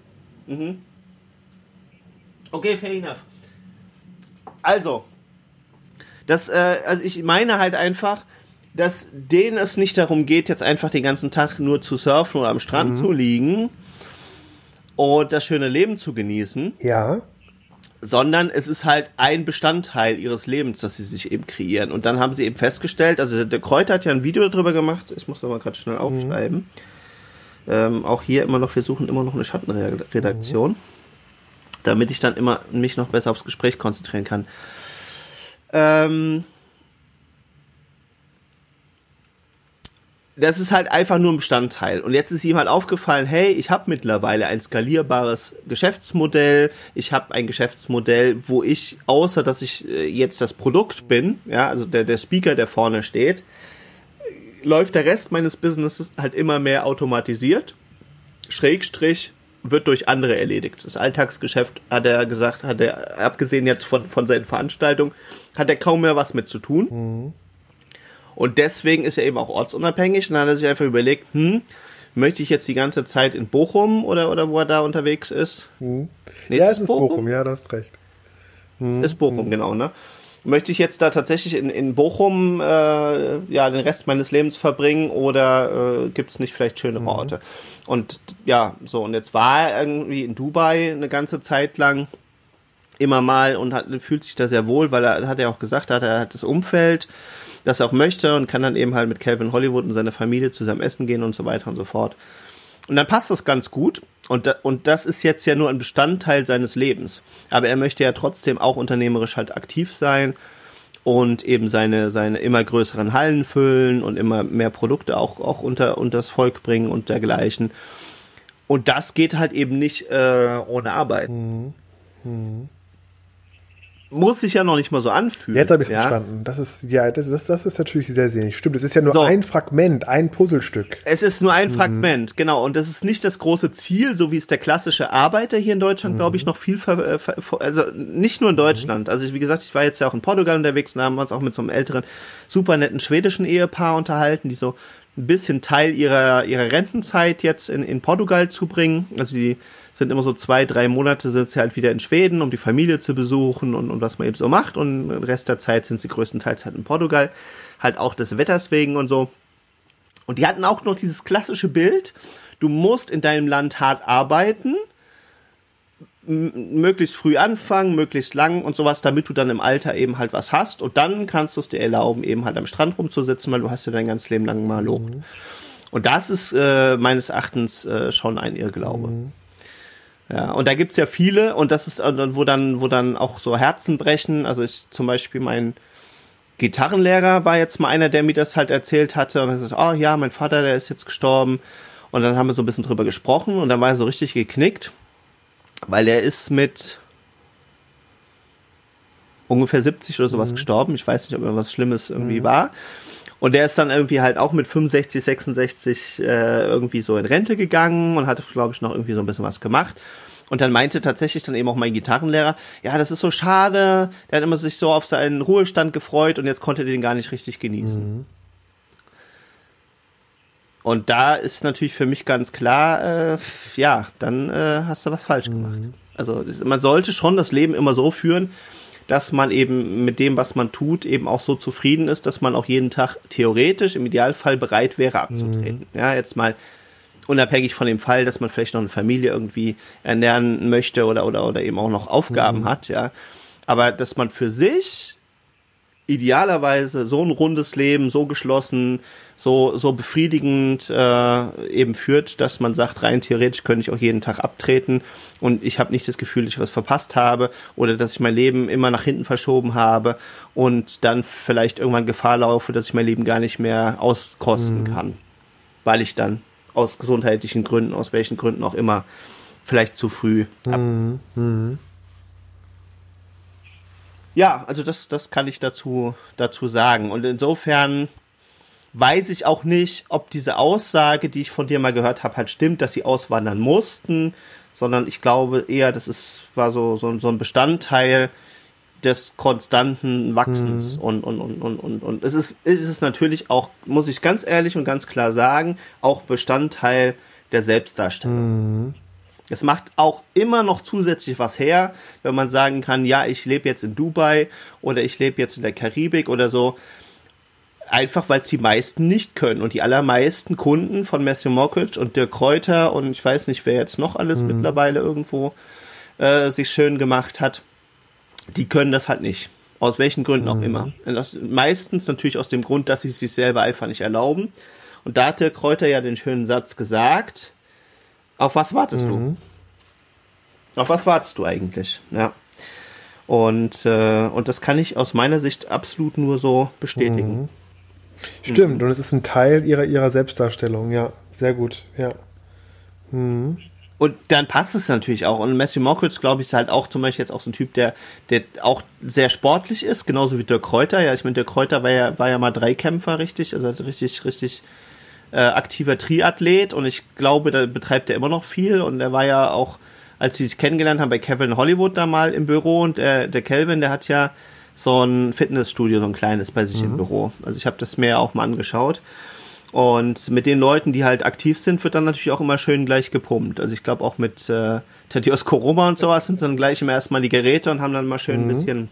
S1: Okay, fair enough. Also ich meine halt einfach, dass denen es nicht darum geht, jetzt einfach den ganzen Tag nur zu surfen oder am Strand zu liegen und das schöne Leben zu genießen.
S2: Ja.
S1: Sondern es ist halt ein Bestandteil ihres Lebens, das sie sich eben kreieren. Und dann haben sie eben festgestellt, also der Kräuter hat ja ein Video darüber gemacht, ich muss da mal gerade schnell aufschreiben. Auch hier wir suchen immer noch eine Schattenredaktion, damit ich dann immer mich noch besser aufs Gespräch konzentrieren kann. Das ist halt einfach nur ein Bestandteil. Und jetzt ist ihm halt aufgefallen, hey, ich habe mittlerweile ein skalierbares Geschäftsmodell. Ich habe ein Geschäftsmodell, wo ich, außer dass ich jetzt das Produkt bin, ja, also der Speaker, der vorne steht, läuft der Rest meines Businesses halt immer mehr automatisiert. Schrägstrich wird durch andere erledigt. Das Alltagsgeschäft, hat er gesagt, abgesehen jetzt von seinen Veranstaltungen, hat er kaum mehr was mit zu tun. Und deswegen ist er eben auch ortsunabhängig und dann hat er sich einfach überlegt, möchte ich jetzt die ganze Zeit in Bochum oder wo er da unterwegs ist? Nee,
S2: ja, es ist Bochum, ja, du hast recht.
S1: Ist Bochum, genau, ne? Möchte ich jetzt da tatsächlich in Bochum den Rest meines Lebens verbringen oder gibt's nicht vielleicht schönere Orte? Und ja, so, und jetzt war er irgendwie in Dubai eine ganze Zeit lang immer mal und fühlt sich da sehr wohl, weil er hat ja auch gesagt, er hat das Umfeld, das er auch möchte und kann dann eben halt mit Calvin Hollywood und seiner Familie zusammen essen gehen und so weiter und so fort. Und dann passt das ganz gut und das ist jetzt ja nur ein Bestandteil seines Lebens. Aber er möchte ja trotzdem auch unternehmerisch halt aktiv sein und eben seine immer größeren Hallen füllen und immer mehr Produkte auch unter das Volk bringen und dergleichen. Und das geht halt eben nicht ohne Arbeit. Muss sich ja noch nicht mal so anfühlen.
S2: Jetzt habe ich es verstanden. Das ist natürlich sehr sinnig. Stimmt, es ist ja nur ein Fragment, ein Puzzlestück.
S1: Es ist nur ein Fragment, genau. Und das ist nicht das große Ziel, so wie es der klassische Arbeiter hier in Deutschland, glaube ich, noch viel, also nicht nur in Deutschland. Also wie gesagt, ich war jetzt ja auch in Portugal unterwegs und haben uns auch mit so einem älteren, super netten schwedischen Ehepaar unterhalten, die so ein bisschen Teil ihrer Rentenzeit jetzt in Portugal zubringen. Also die sind immer so 2-3 Monate sind sie halt wieder in Schweden, um die Familie zu besuchen und was man eben so macht. Und den Rest der Zeit sind sie größtenteils halt in Portugal, halt auch des Wetters wegen und so. Und die hatten auch noch dieses klassische Bild, du musst in deinem Land hart arbeiten, möglichst früh anfangen, möglichst lang und sowas, damit du dann im Alter eben halt was hast und dann kannst du es dir erlauben, eben halt am Strand rumzusitzen, weil du hast ja dein ganzes Leben lang mal lobt. Und das ist meines Erachtens schon ein Irrglaube. Ja, und da gibt's ja viele und das ist, wo dann auch so Herzen brechen. Also zum Beispiel mein Gitarrenlehrer war jetzt mal einer, der mir das halt erzählt hatte und er sagt, oh ja, mein Vater, der ist jetzt gestorben. Und dann haben wir so ein bisschen drüber gesprochen und dann war er so richtig geknickt, weil er ist mit ungefähr 70 oder sowas gestorben. Ich weiß nicht, ob irgendwas Schlimmes irgendwie war. Und der ist dann irgendwie halt auch mit 65, 66 irgendwie so in Rente gegangen und hat, glaube ich, noch irgendwie so ein bisschen was gemacht. Und dann meinte tatsächlich dann eben auch mein Gitarrenlehrer, ja, das ist so schade, der hat immer sich so auf seinen Ruhestand gefreut und jetzt konnte er den gar nicht richtig genießen. Und da ist natürlich für mich ganz klar, ja, dann hast du was falsch gemacht. Also man sollte schon das Leben immer so führen, dass man eben mit dem, was man tut, eben auch so zufrieden ist, dass man auch jeden Tag theoretisch im Idealfall bereit wäre abzutreten. Ja, jetzt mal unabhängig von dem Fall, dass man vielleicht noch eine Familie irgendwie ernähren möchte oder eben auch noch Aufgaben hat, ja. Aber dass man für sich idealerweise so ein rundes Leben, so geschlossen, so befriedigend eben führt, dass man sagt, rein theoretisch könnte ich auch jeden Tag abtreten und ich habe nicht das Gefühl, dass ich was verpasst habe oder dass ich mein Leben immer nach hinten verschoben habe und dann vielleicht irgendwann Gefahr laufe, dass ich mein Leben gar nicht mehr auskosten kann, abtrete, ich dann aus gesundheitlichen Gründen, aus welchen Gründen auch immer, vielleicht zu früh Ja, also das kann ich dazu sagen. Und insofern weiß ich auch nicht, ob diese Aussage, die ich von dir mal gehört habe, halt stimmt, dass sie auswandern mussten, sondern ich glaube eher, war so ein Bestandteil des konstanten Wachsens. Und es ist natürlich auch, muss ich ganz ehrlich und ganz klar sagen, auch Bestandteil der Selbstdarstellung. Es macht auch immer noch zusätzlich was her, wenn man sagen kann, ja, ich lebe jetzt in Dubai oder ich lebe jetzt in der Karibik oder so. Einfach, weil es die meisten nicht können. Und die allermeisten Kunden von Matthew Mockridge und Dirk Kräuter und ich weiß nicht, wer jetzt noch alles mittlerweile irgendwo sich schön gemacht hat, die können das halt nicht. Aus welchen Gründen auch immer. Meistens natürlich aus dem Grund, dass sie es sich selber einfach nicht erlauben. Und da hat Dirk Kräuter ja den schönen Satz gesagt, auf was wartest du? Auf was wartest du eigentlich? Ja. Und das kann ich aus meiner Sicht absolut nur so bestätigen.
S2: Stimmt, und es ist ein Teil ihrer Selbstdarstellung, ja. Sehr gut, ja.
S1: Und dann passt es natürlich auch. Und Matthew Mockridge, glaube ich, ist halt auch zum Beispiel jetzt auch so ein Typ, der auch sehr sportlich ist, genauso wie Dirk Kräuter. Ja, ich meine, Dirk Kräuter war ja mal Dreikämpfer, richtig, also richtig aktiver Triathlet und ich glaube, da betreibt er immer noch viel und er war ja auch, als sie sich kennengelernt haben, bei Kevin Hollywood da mal im Büro und der Kelvin, der hat ja so ein Fitnessstudio, so ein kleines bei sich im Büro. Also ich habe das mir auch mal angeschaut. Und mit den Leuten, die halt aktiv sind, wird dann natürlich auch immer schön gleich gepumpt. Also ich glaube auch mit Tadeusz Koroma und sowas sind dann gleich immer erstmal die Geräte und haben dann mal schön ein bisschen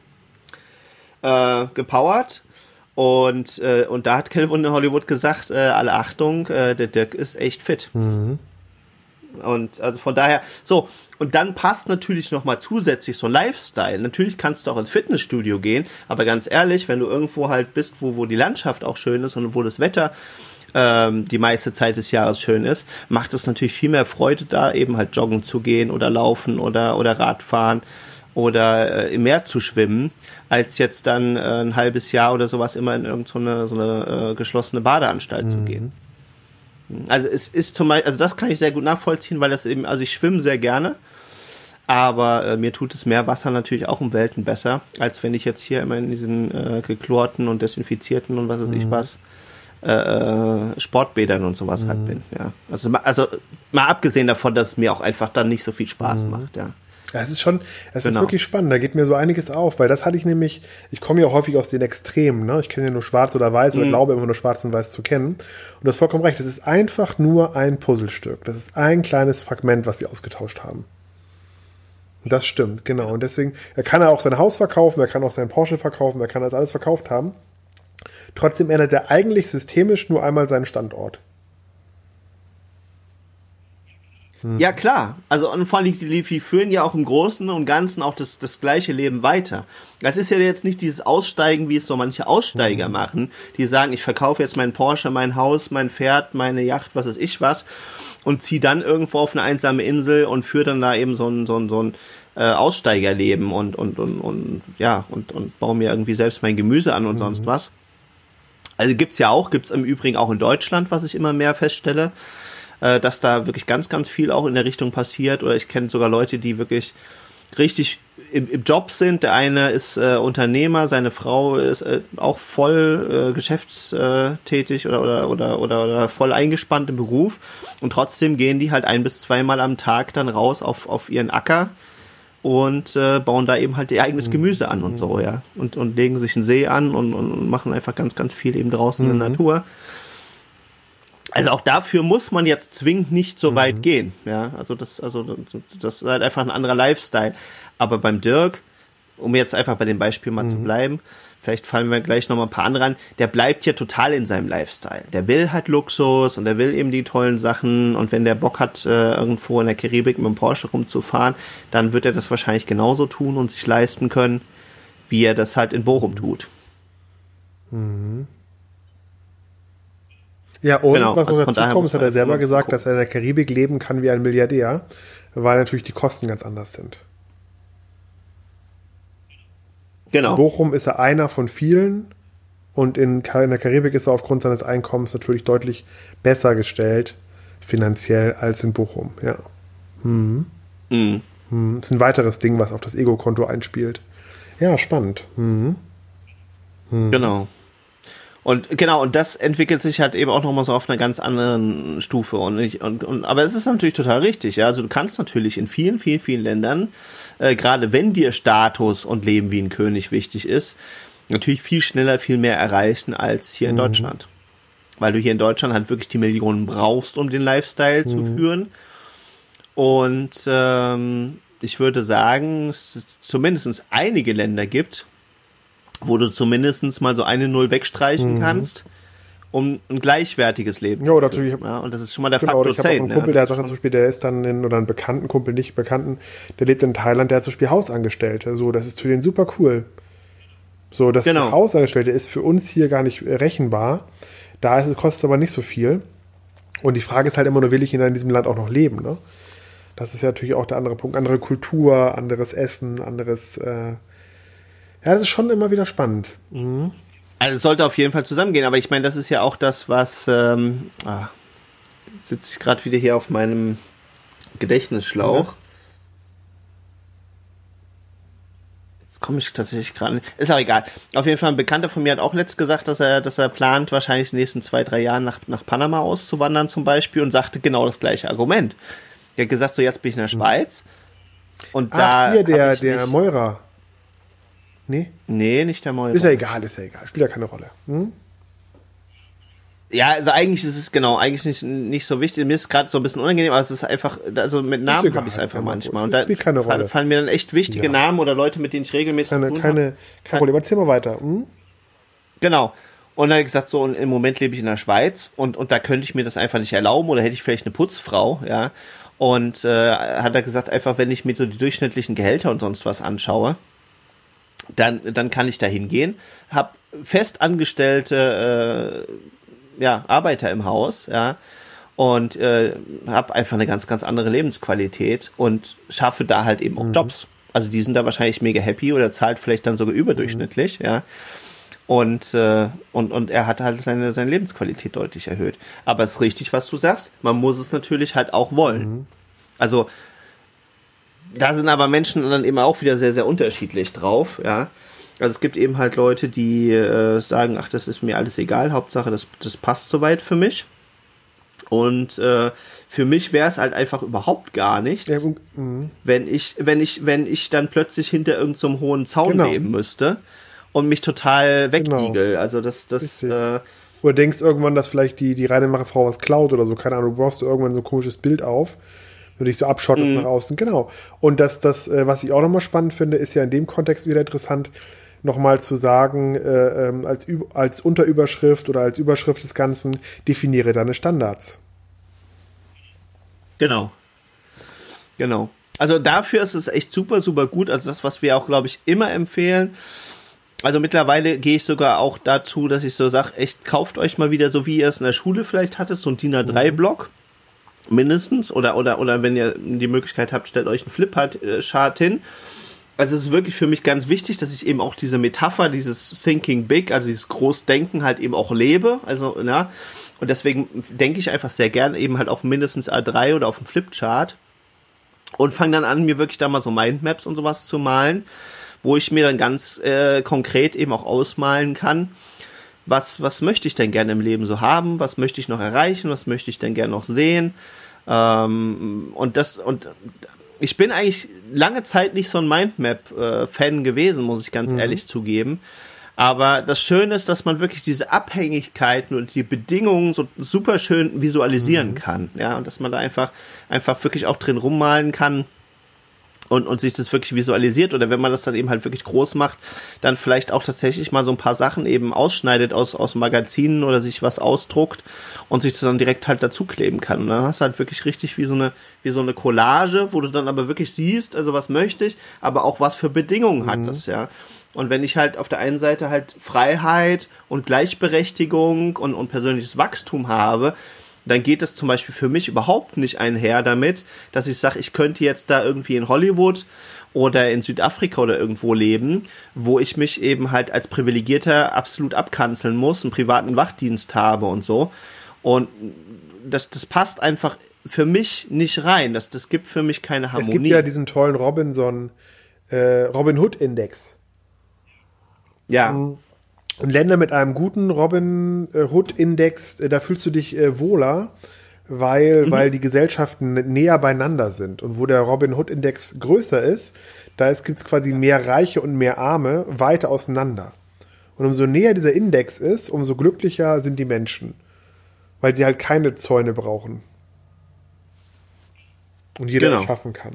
S1: gepowert. Und da hat Kelvin in Hollywood gesagt, alle Achtung, der Dirk ist echt fit. Und also von daher, so, und dann passt natürlich nochmal zusätzlich so ein Lifestyle. Natürlich kannst du auch ins Fitnessstudio gehen, aber ganz ehrlich, wenn du irgendwo halt bist, wo die Landschaft auch schön ist und wo das Wetter die meiste Zeit des Jahres schön ist, macht es natürlich viel mehr Freude, da eben halt joggen zu gehen oder laufen oder Radfahren oder im Meer zu schwimmen, als jetzt dann ein halbes Jahr oder sowas immer in irgendeine so eine geschlossene Badeanstalt zu gehen. Also es ist zum Beispiel, also das kann ich sehr gut nachvollziehen, weil das eben, also ich schwimme sehr gerne, aber mir tut das Meerwasser natürlich auch um Welten besser, als wenn ich jetzt hier immer in diesen geklorten und desinfizierten und was weiß ich was Sportbädern und sowas halt bin. Ja. Also mal abgesehen davon, dass es mir auch einfach dann nicht so viel Spaß macht, ja.
S2: Ja, es ist wirklich spannend, da geht mir so einiges auf, weil das hatte ich nämlich, ich komme ja häufig aus den Extremen, ne? Ich kenne ja nur schwarz oder weiß oder glaube immer nur schwarz und weiß zu kennen. Und du hast vollkommen recht, das ist einfach nur ein Puzzlestück. Das ist ein kleines Fragment, was die ausgetauscht haben. Und das stimmt, genau. Und deswegen, er kann auch sein Haus verkaufen, er kann auch seinen Porsche verkaufen, er kann das alles verkauft haben. Trotzdem ändert er eigentlich systemisch nur einmal seinen Standort.
S1: Ja, klar. Also und vor allem, die führen ja auch im Großen und Ganzen auch das gleiche Leben weiter. Das ist ja jetzt nicht dieses Aussteigen, wie es so manche Aussteiger machen, die sagen, ich verkaufe jetzt meinen Porsche, mein Haus, mein Pferd, meine Yacht, was weiß ich was, und ziehe dann irgendwo auf eine einsame Insel und führe dann da eben so ein Aussteigerleben und baue mir irgendwie selbst mein Gemüse an und sonst was. Also gibt's im Übrigen auch in Deutschland, was ich immer mehr feststelle, dass da wirklich ganz, ganz viel auch in der Richtung passiert. Oder ich kenne sogar Leute, die wirklich richtig im Job sind. Der eine ist Unternehmer, seine Frau ist auch voll geschäftstätig oder voll eingespannt im Beruf. Und trotzdem gehen die halt 1 bis 2 Mal am Tag dann raus auf ihren Acker und bauen da eben halt ihr eigenes Gemüse an und so, ja. Und legen sich einen See an und machen einfach ganz, ganz viel eben draußen in der Natur. Also auch dafür muss man jetzt zwingend nicht so weit gehen, ja. Also das ist halt einfach ein anderer Lifestyle. Aber beim Dirk, um jetzt einfach bei dem Beispiel mal zu bleiben, vielleicht fallen wir gleich nochmal ein paar andere an, der bleibt ja total in seinem Lifestyle. Der will halt Luxus und der will eben die tollen Sachen und wenn der Bock hat, irgendwo in der Karibik mit dem Porsche rumzufahren, dann wird er das wahrscheinlich genauso tun und sich leisten können, wie er das halt in Bochum tut.
S2: Ja, und
S1: genau,
S2: was noch dazu kommt, hat er selber gesagt,
S1: gucken.
S2: dass er in der Karibik leben kann wie ein Milliardär, weil natürlich die Kosten ganz anders sind.
S1: Genau.
S2: In Bochum ist er einer von vielen und in der Karibik ist er aufgrund seines Einkommens natürlich deutlich besser gestellt, finanziell, als in Bochum, ja. Das ist ein weiteres Ding, was auf das Ego-Konto einspielt. Ja, spannend.
S1: Genau. Und das entwickelt sich halt eben auch nochmal so auf einer ganz anderen Stufe. Aber es ist natürlich total richtig, ja. Also du kannst natürlich in vielen, vielen, vielen Ländern, gerade wenn dir Status und Leben wie ein König wichtig ist, natürlich viel schneller, viel mehr erreichen als hier in Deutschland. Weil du hier in Deutschland halt wirklich die Millionen brauchst, um den Lifestyle zu führen. Und ich würde sagen, es zumindest einige Länder gibt, wo du zumindest mal so eine Null wegstreichen kannst, um ein gleichwertiges Leben
S2: zu führen.
S1: Ja, und das ist schon mal der
S2: Faktor 10.
S1: Ich
S2: habe auch einen Kumpel, der sagt zum Beispiel, der ist dann oder einen bekannten Kumpel, nicht bekannten, der lebt in Thailand, der hat zum Beispiel Hausangestellte. So, das ist für den super cool. So, das Hausangestellte ist für uns hier gar nicht rechenbar. Kostet es aber nicht so viel. Und die Frage ist halt immer nur, will ich in diesem Land auch noch leben, ne? Das ist ja natürlich auch der andere Punkt. Andere Kultur, anderes Essen, anderes... Ja, das ist schon immer wieder spannend.
S1: Also es sollte auf jeden Fall zusammengehen, aber ich meine, das ist ja auch das, was sitze ich gerade wieder hier auf meinem Gedächtnisschlauch. Jetzt komme ich tatsächlich gerade nicht. Ist auch egal. Auf jeden Fall ein Bekannter von mir hat auch letzt gesagt, dass er plant, wahrscheinlich in den nächsten 2-3 Jahren nach Panama auszuwandern zum Beispiel und sagte genau das gleiche Argument. Er hat gesagt, so jetzt bin ich in der Schweiz und da
S2: hier der Meurer.
S1: Nee, nicht der Meurer.
S2: Ist ja egal. Spielt ja keine Rolle.
S1: Ja, also eigentlich ist es eigentlich nicht so wichtig. Mir ist es gerade so ein bisschen unangenehm, aber es ist einfach, also mit Namen habe ich es einfach manchmal. Und da
S2: spielt keine Rolle.
S1: Fallen mir dann echt wichtige Namen oder Leute, mit denen ich regelmäßig
S2: kein Problem. Erzähl mal weiter.
S1: Genau. Und dann habe ich gesagt, so im Moment lebe ich in der Schweiz und da könnte ich mir das einfach nicht erlauben oder hätte ich vielleicht eine Putzfrau, ja. Und hat er gesagt, einfach wenn ich mir so die durchschnittlichen Gehälter und sonst was anschaue, dann kann ich da hingehen, habe festangestellte Arbeiter im Haus, ja, und habe einfach eine ganz, ganz andere Lebensqualität und schaffe da halt eben auch Jobs. Also die sind da wahrscheinlich mega happy oder zahlt vielleicht dann sogar überdurchschnittlich, ja. Und er hat halt seine Lebensqualität deutlich erhöht. Aber es ist richtig, was du sagst. Man muss es natürlich halt auch wollen. Also da sind aber Menschen dann eben auch wieder sehr, sehr unterschiedlich drauf, ja. Also es gibt eben halt Leute, die sagen, ach, das ist mir alles egal, Hauptsache das passt soweit für mich. Und für mich wäre es halt einfach überhaupt gar nichts, wenn ich dann plötzlich hinter irgendeinem so hohen Zaun leben müsste und mich total wegigel. Also
S2: oder denkst irgendwann, dass vielleicht die Reinemacherfrau was klaut oder so, keine Ahnung, du brauchst irgendwann so ein komisches Bild auf, wenn du dich so abschottest nach außen, genau. Und das, was ich auch nochmal spannend finde, ist ja in dem Kontext wieder interessant, nochmal zu sagen, als Unterüberschrift oder als Überschrift des Ganzen, definiere deine Standards.
S1: Genau. Genau. Also dafür ist es echt super, super gut. Also das, was wir auch, glaube ich, immer empfehlen. Also mittlerweile gehe ich sogar auch dazu, dass ich so sage, echt, kauft euch mal wieder, so wie ihr es in der Schule vielleicht hattet, so ein DIN A3-Block mindestens. Oder wenn ihr die Möglichkeit habt, stellt euch einen Flipchart hin. Also es ist wirklich für mich ganz wichtig, dass ich eben auch diese Metapher, dieses Thinking Big, also dieses Großdenken halt eben auch lebe. Also, ja. Und deswegen denke ich einfach sehr gern eben halt auf mindestens A3 oder auf dem Flipchart. Und fange dann an, mir wirklich da mal so Mindmaps und sowas zu malen, wo ich mir dann ganz konkret eben auch ausmalen kann, was möchte ich denn gerne im Leben so haben, was möchte ich noch erreichen, was möchte ich denn gerne noch sehen. Und ich bin eigentlich lange Zeit nicht so ein Mindmap-Fan gewesen, muss ich ganz ehrlich zugeben. Aber das Schöne ist, dass man wirklich diese Abhängigkeiten und die Bedingungen so super schön visualisieren kann. Ja, und dass man da einfach wirklich auch drin rummalen kann und sich das wirklich visualisiert. Oder wenn man das dann eben halt wirklich groß macht, dann vielleicht auch tatsächlich mal so ein paar Sachen eben ausschneidet aus Magazinen oder sich was ausdruckt und sich das dann direkt halt dazu kleben kann. Und dann hast du halt wirklich richtig wie so eine Collage, wo du dann aber wirklich siehst, also was möchte ich, aber auch was für Bedingungen hat das, ja. Und wenn ich halt auf der einen Seite halt Freiheit und Gleichberechtigung und persönliches Wachstum habe, dann geht es zum Beispiel für mich überhaupt nicht einher damit, dass ich sage, ich könnte jetzt da irgendwie in Hollywood oder in Südafrika oder irgendwo leben, wo ich mich eben halt als Privilegierter absolut abkanzeln muss, einen privaten Wachdienst habe und so. Und das passt einfach für mich nicht rein. Das gibt für mich keine Harmonie.
S2: Es gibt ja diesen tollen Robin Hood Index.
S1: Ja.
S2: Und Länder mit einem guten Robin Hood Index, da fühlst du dich wohler, weil die Gesellschaften näher beieinander sind. Und wo der Robin Hood Index größer ist, gibt es quasi mehr Reiche und mehr Arme weiter auseinander. Und umso näher dieser Index ist, umso glücklicher sind die Menschen. Weil sie halt keine Zäune brauchen. Und jeder es schaffen kann.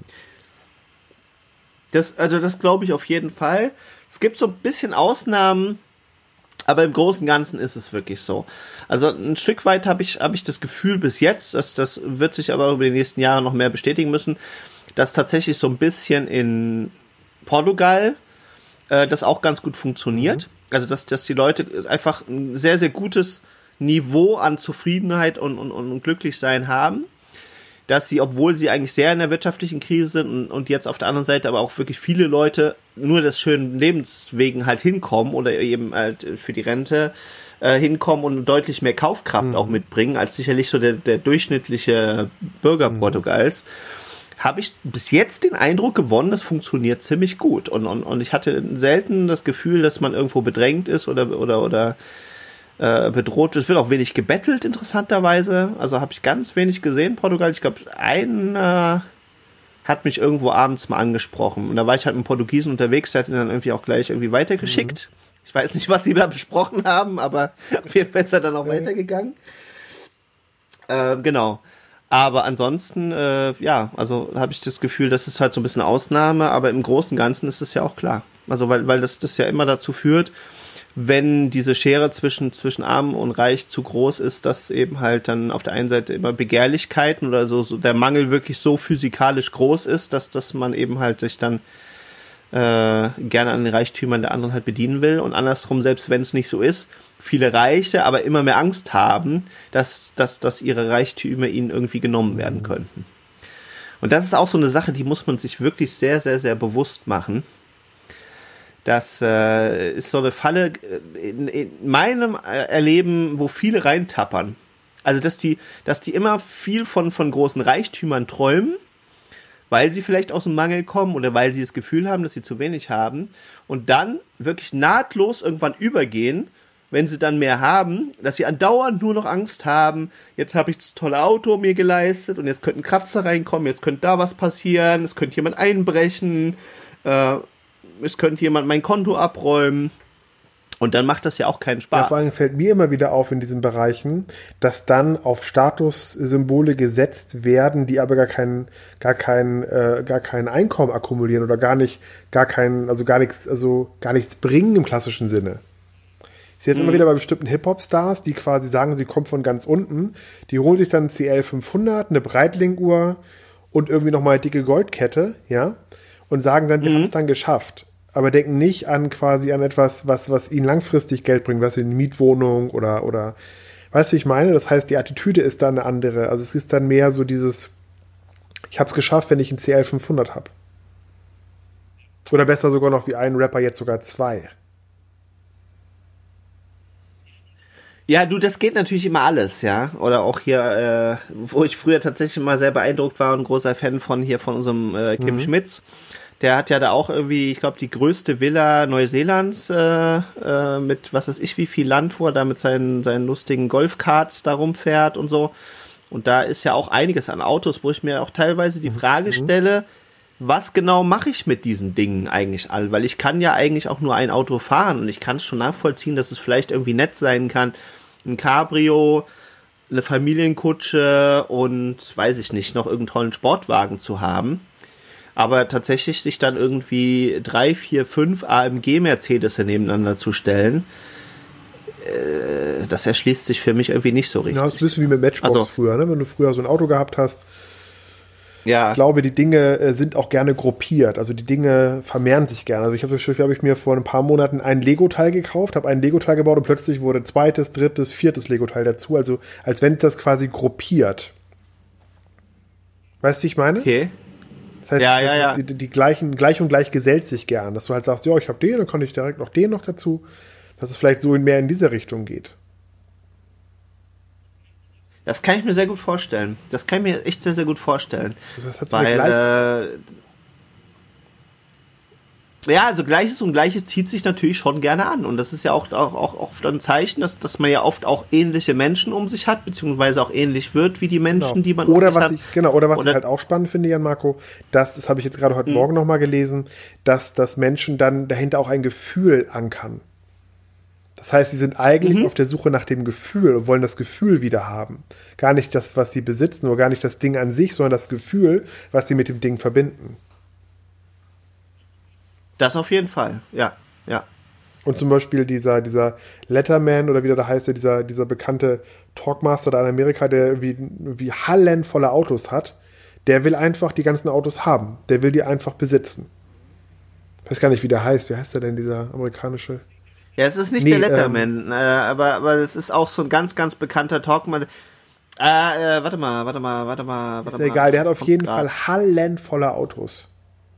S1: Das glaube ich auf jeden Fall. Es gibt so ein bisschen Ausnahmen, aber im Großen und Ganzen ist es wirklich so. Also ein Stück weit habe ich das Gefühl bis jetzt, das wird sich aber über die nächsten Jahre noch mehr bestätigen müssen, dass tatsächlich so ein bisschen in Portugal das auch ganz gut funktioniert. Also dass die Leute einfach ein sehr, sehr gutes Niveau an Zufriedenheit und Glücklichsein haben. Dass sie, obwohl sie eigentlich sehr in der wirtschaftlichen Krise sind und jetzt auf der anderen Seite aber auch wirklich viele Leute nur des schönen Lebens wegen halt hinkommen oder eben halt für die Rente hinkommen und deutlich mehr Kaufkraft auch mitbringen, als sicherlich so der durchschnittliche Bürger Portugals, habe ich bis jetzt den Eindruck gewonnen, das funktioniert ziemlich gut. Und ich hatte selten das Gefühl, dass man irgendwo bedrängt ist oder bedroht. Es wird auch wenig gebettelt, interessanterweise. Also habe ich ganz wenig gesehen, Portugal. Ich glaube, einer hat mich irgendwo abends mal angesprochen. Und da war ich halt mit einem Portugiesen unterwegs, der hat ihn dann irgendwie auch gleich irgendwie weitergeschickt. Ich weiß nicht, was sie da besprochen haben, aber auf jeden Fall ist er dann auch weitergegangen. Genau. Aber ansonsten, also habe ich das Gefühl, das ist halt so ein bisschen Ausnahme, aber im Großen und Ganzen ist es ja auch klar. Also weil das ja immer dazu führt, wenn diese Schere zwischen Arm und Reich zu groß ist, dass eben halt dann auf der einen Seite immer Begehrlichkeiten oder so der Mangel wirklich so physikalisch groß ist, dass man eben halt sich dann gerne an den Reichtümern der anderen halt bedienen will und andersrum, selbst wenn es nicht so ist, viele Reiche aber immer mehr Angst haben, dass ihre Reichtümer ihnen irgendwie genommen werden könnten. Und das ist auch so eine Sache, die muss man sich wirklich sehr, sehr, sehr bewusst machen. Das ist so eine Falle in meinem Erleben, wo viele reintappern. Also, dass die immer viel von großen Reichtümern träumen, weil sie vielleicht aus dem Mangel kommen oder weil sie das Gefühl haben, dass sie zu wenig haben und dann wirklich nahtlos irgendwann übergehen, wenn sie dann mehr haben, dass sie andauernd nur noch Angst haben, jetzt habe ich das tolle Auto mir geleistet und jetzt könnten Kratzer reinkommen, jetzt könnte da was passieren, es könnte jemand einbrechen, es könnte jemand mein Konto abräumen. Und dann macht das ja auch keinen Spaß.
S2: Ja, vor allem fällt mir immer wieder auf in diesen Bereichen, dass dann auf Statussymbole gesetzt werden, die aber gar kein Einkommen akkumulieren oder gar nichts bringen im klassischen Sinne. Ich sehe jetzt immer wieder bei bestimmten Hip-Hop-Stars, die quasi sagen, sie kommen von ganz unten, die holen sich dann einen CL 500, eine Breitling-Uhr und irgendwie nochmal dicke Goldkette, ja, und sagen dann, die haben es dann geschafft. Aber denken nicht an quasi an etwas, was ihnen langfristig Geld bringt, was in die Mietwohnung oder weißt du, wie ich meine? Das heißt, die Attitüde ist dann eine andere. Also es ist dann mehr so dieses, ich habe es geschafft, wenn ich einen CL 500 habe. Oder besser sogar noch wie ein Rapper, jetzt sogar 2.
S1: Ja, du, das geht natürlich immer alles, ja. Oder auch hier, wo ich früher tatsächlich mal sehr beeindruckt war und ein großer Fan von unserem Kim Schmitz. Der hat ja da auch irgendwie, ich glaube, die größte Villa Neuseelands mit, was weiß ich, wie viel Land, wo er da mit seinen lustigen Golfkarts da rumfährt und so. Und da ist ja auch einiges an Autos, wo ich mir auch teilweise die Frage stelle, was genau mache ich mit diesen Dingen eigentlich all? Weil ich kann ja eigentlich auch nur ein Auto fahren und ich kann es schon nachvollziehen, dass es vielleicht irgendwie nett sein kann, ein Cabrio, eine Familienkutsche und, weiß ich nicht, noch irgendeinen tollen Sportwagen zu haben. Aber tatsächlich sich dann irgendwie 3, 4, 5 AMG-Mercedes nebeneinander zu stellen, das erschließt sich für mich irgendwie nicht so richtig.
S2: Ja, das ist ein bisschen wie mit Matchbox früher, ne? Wenn du früher so ein Auto gehabt hast.
S1: Ja.
S2: Ich glaube, die Dinge sind auch gerne gruppiert. Also die Dinge vermehren sich gerne. Also ich habe mir vor ein paar Monaten ein Lego-Teil gekauft, habe ein Lego-Teil gebaut und plötzlich wurde 2., 3., 4. Lego-Teil dazu. Also als wenn es das quasi gruppiert. Weißt du, wie ich meine?
S1: Okay.
S2: Das heißt,
S1: ja.
S2: Die gleich und gleich gesellt sich gern. Dass du halt sagst, ja, ich habe den, dann kann ich direkt noch den noch dazu. Dass es vielleicht so mehr in diese Richtung geht.
S1: Das kann ich mir sehr gut vorstellen. Das kann ich mir echt sehr, sehr gut vorstellen.
S2: Das hat
S1: weil, also Gleiches und Gleiches zieht sich natürlich schon gerne an. Und das ist ja auch oft ein Zeichen, dass man ja oft auch ähnliche Menschen um sich hat, beziehungsweise auch ähnlich wird wie die Menschen, die man
S2: um sich
S1: hat.
S2: Oder was ich halt auch spannend finde, Jan Marco, das habe ich jetzt gerade heute Morgen nochmal gelesen, dass Menschen dann dahinter auch ein Gefühl ankern. Das heißt, sie sind eigentlich auf der Suche nach dem Gefühl und wollen das Gefühl wieder haben. Gar nicht das, was sie besitzen, oder gar nicht das Ding an sich, sondern das Gefühl, was sie mit dem Ding verbinden.
S1: Das auf jeden Fall, ja.
S2: Und zum Beispiel dieser Letterman oder wie der da heißt, dieser bekannte Talkmaster da in Amerika, der wie hallenvolle Autos hat, der will einfach die ganzen Autos haben. Der will die einfach besitzen. Ich weiß gar nicht, wie der heißt. Wie heißt der denn, dieser amerikanische?
S1: Ja, es ist nicht der Letterman, aber es ist auch so ein ganz, ganz bekannter Talkman. Warte mal.
S2: Ist egal, der hat auf jeden Fall hallenvolle Autos.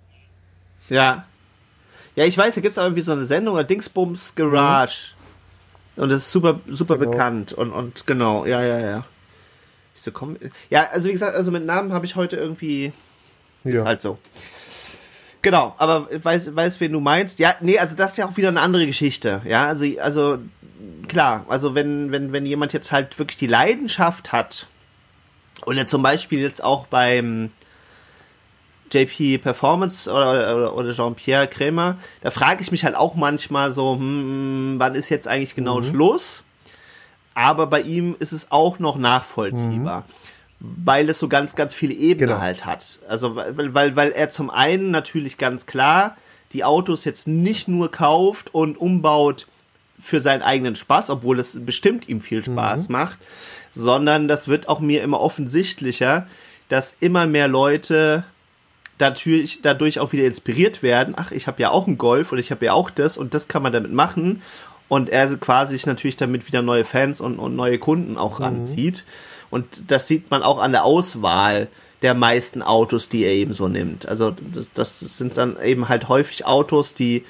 S1: Ja. Ja, ich weiß, da gibt es irgendwie so eine Sendung, oder Dingsbums Garage. Und das ist super, super bekannt. Und genau, ja. Ja, also wie gesagt, also mit Namen habe ich heute irgendwie. Ist halt so. Genau, aber weiß, wen du meinst. Ja, nee, also das ist ja auch wieder eine andere Geschichte. Ja, also klar, also wenn jemand jetzt halt wirklich die Leidenschaft hat, oder zum Beispiel jetzt auch beim JP Performance oder Jean-Pierre Krämer, da frage ich mich halt auch manchmal so, wann ist jetzt eigentlich genau Schluss? Aber bei ihm ist es auch noch nachvollziehbar. Weil es so ganz, ganz viele Ebenen halt hat. Also weil er zum einen natürlich ganz klar die Autos jetzt nicht nur kauft und umbaut für seinen eigenen Spaß, obwohl es bestimmt ihm viel Spaß macht, sondern das wird auch mir immer offensichtlicher, dass immer mehr Leute natürlich dadurch auch wieder inspiriert werden. Ach, ich habe ja auch einen Golf und ich habe ja auch das und das kann man damit machen. Und er quasi sich natürlich damit wieder neue Fans und neue Kunden auch ranzieht. Und das sieht man auch an der Auswahl der meisten Autos, die er eben so nimmt. Also das sind dann eben halt häufig Autos, die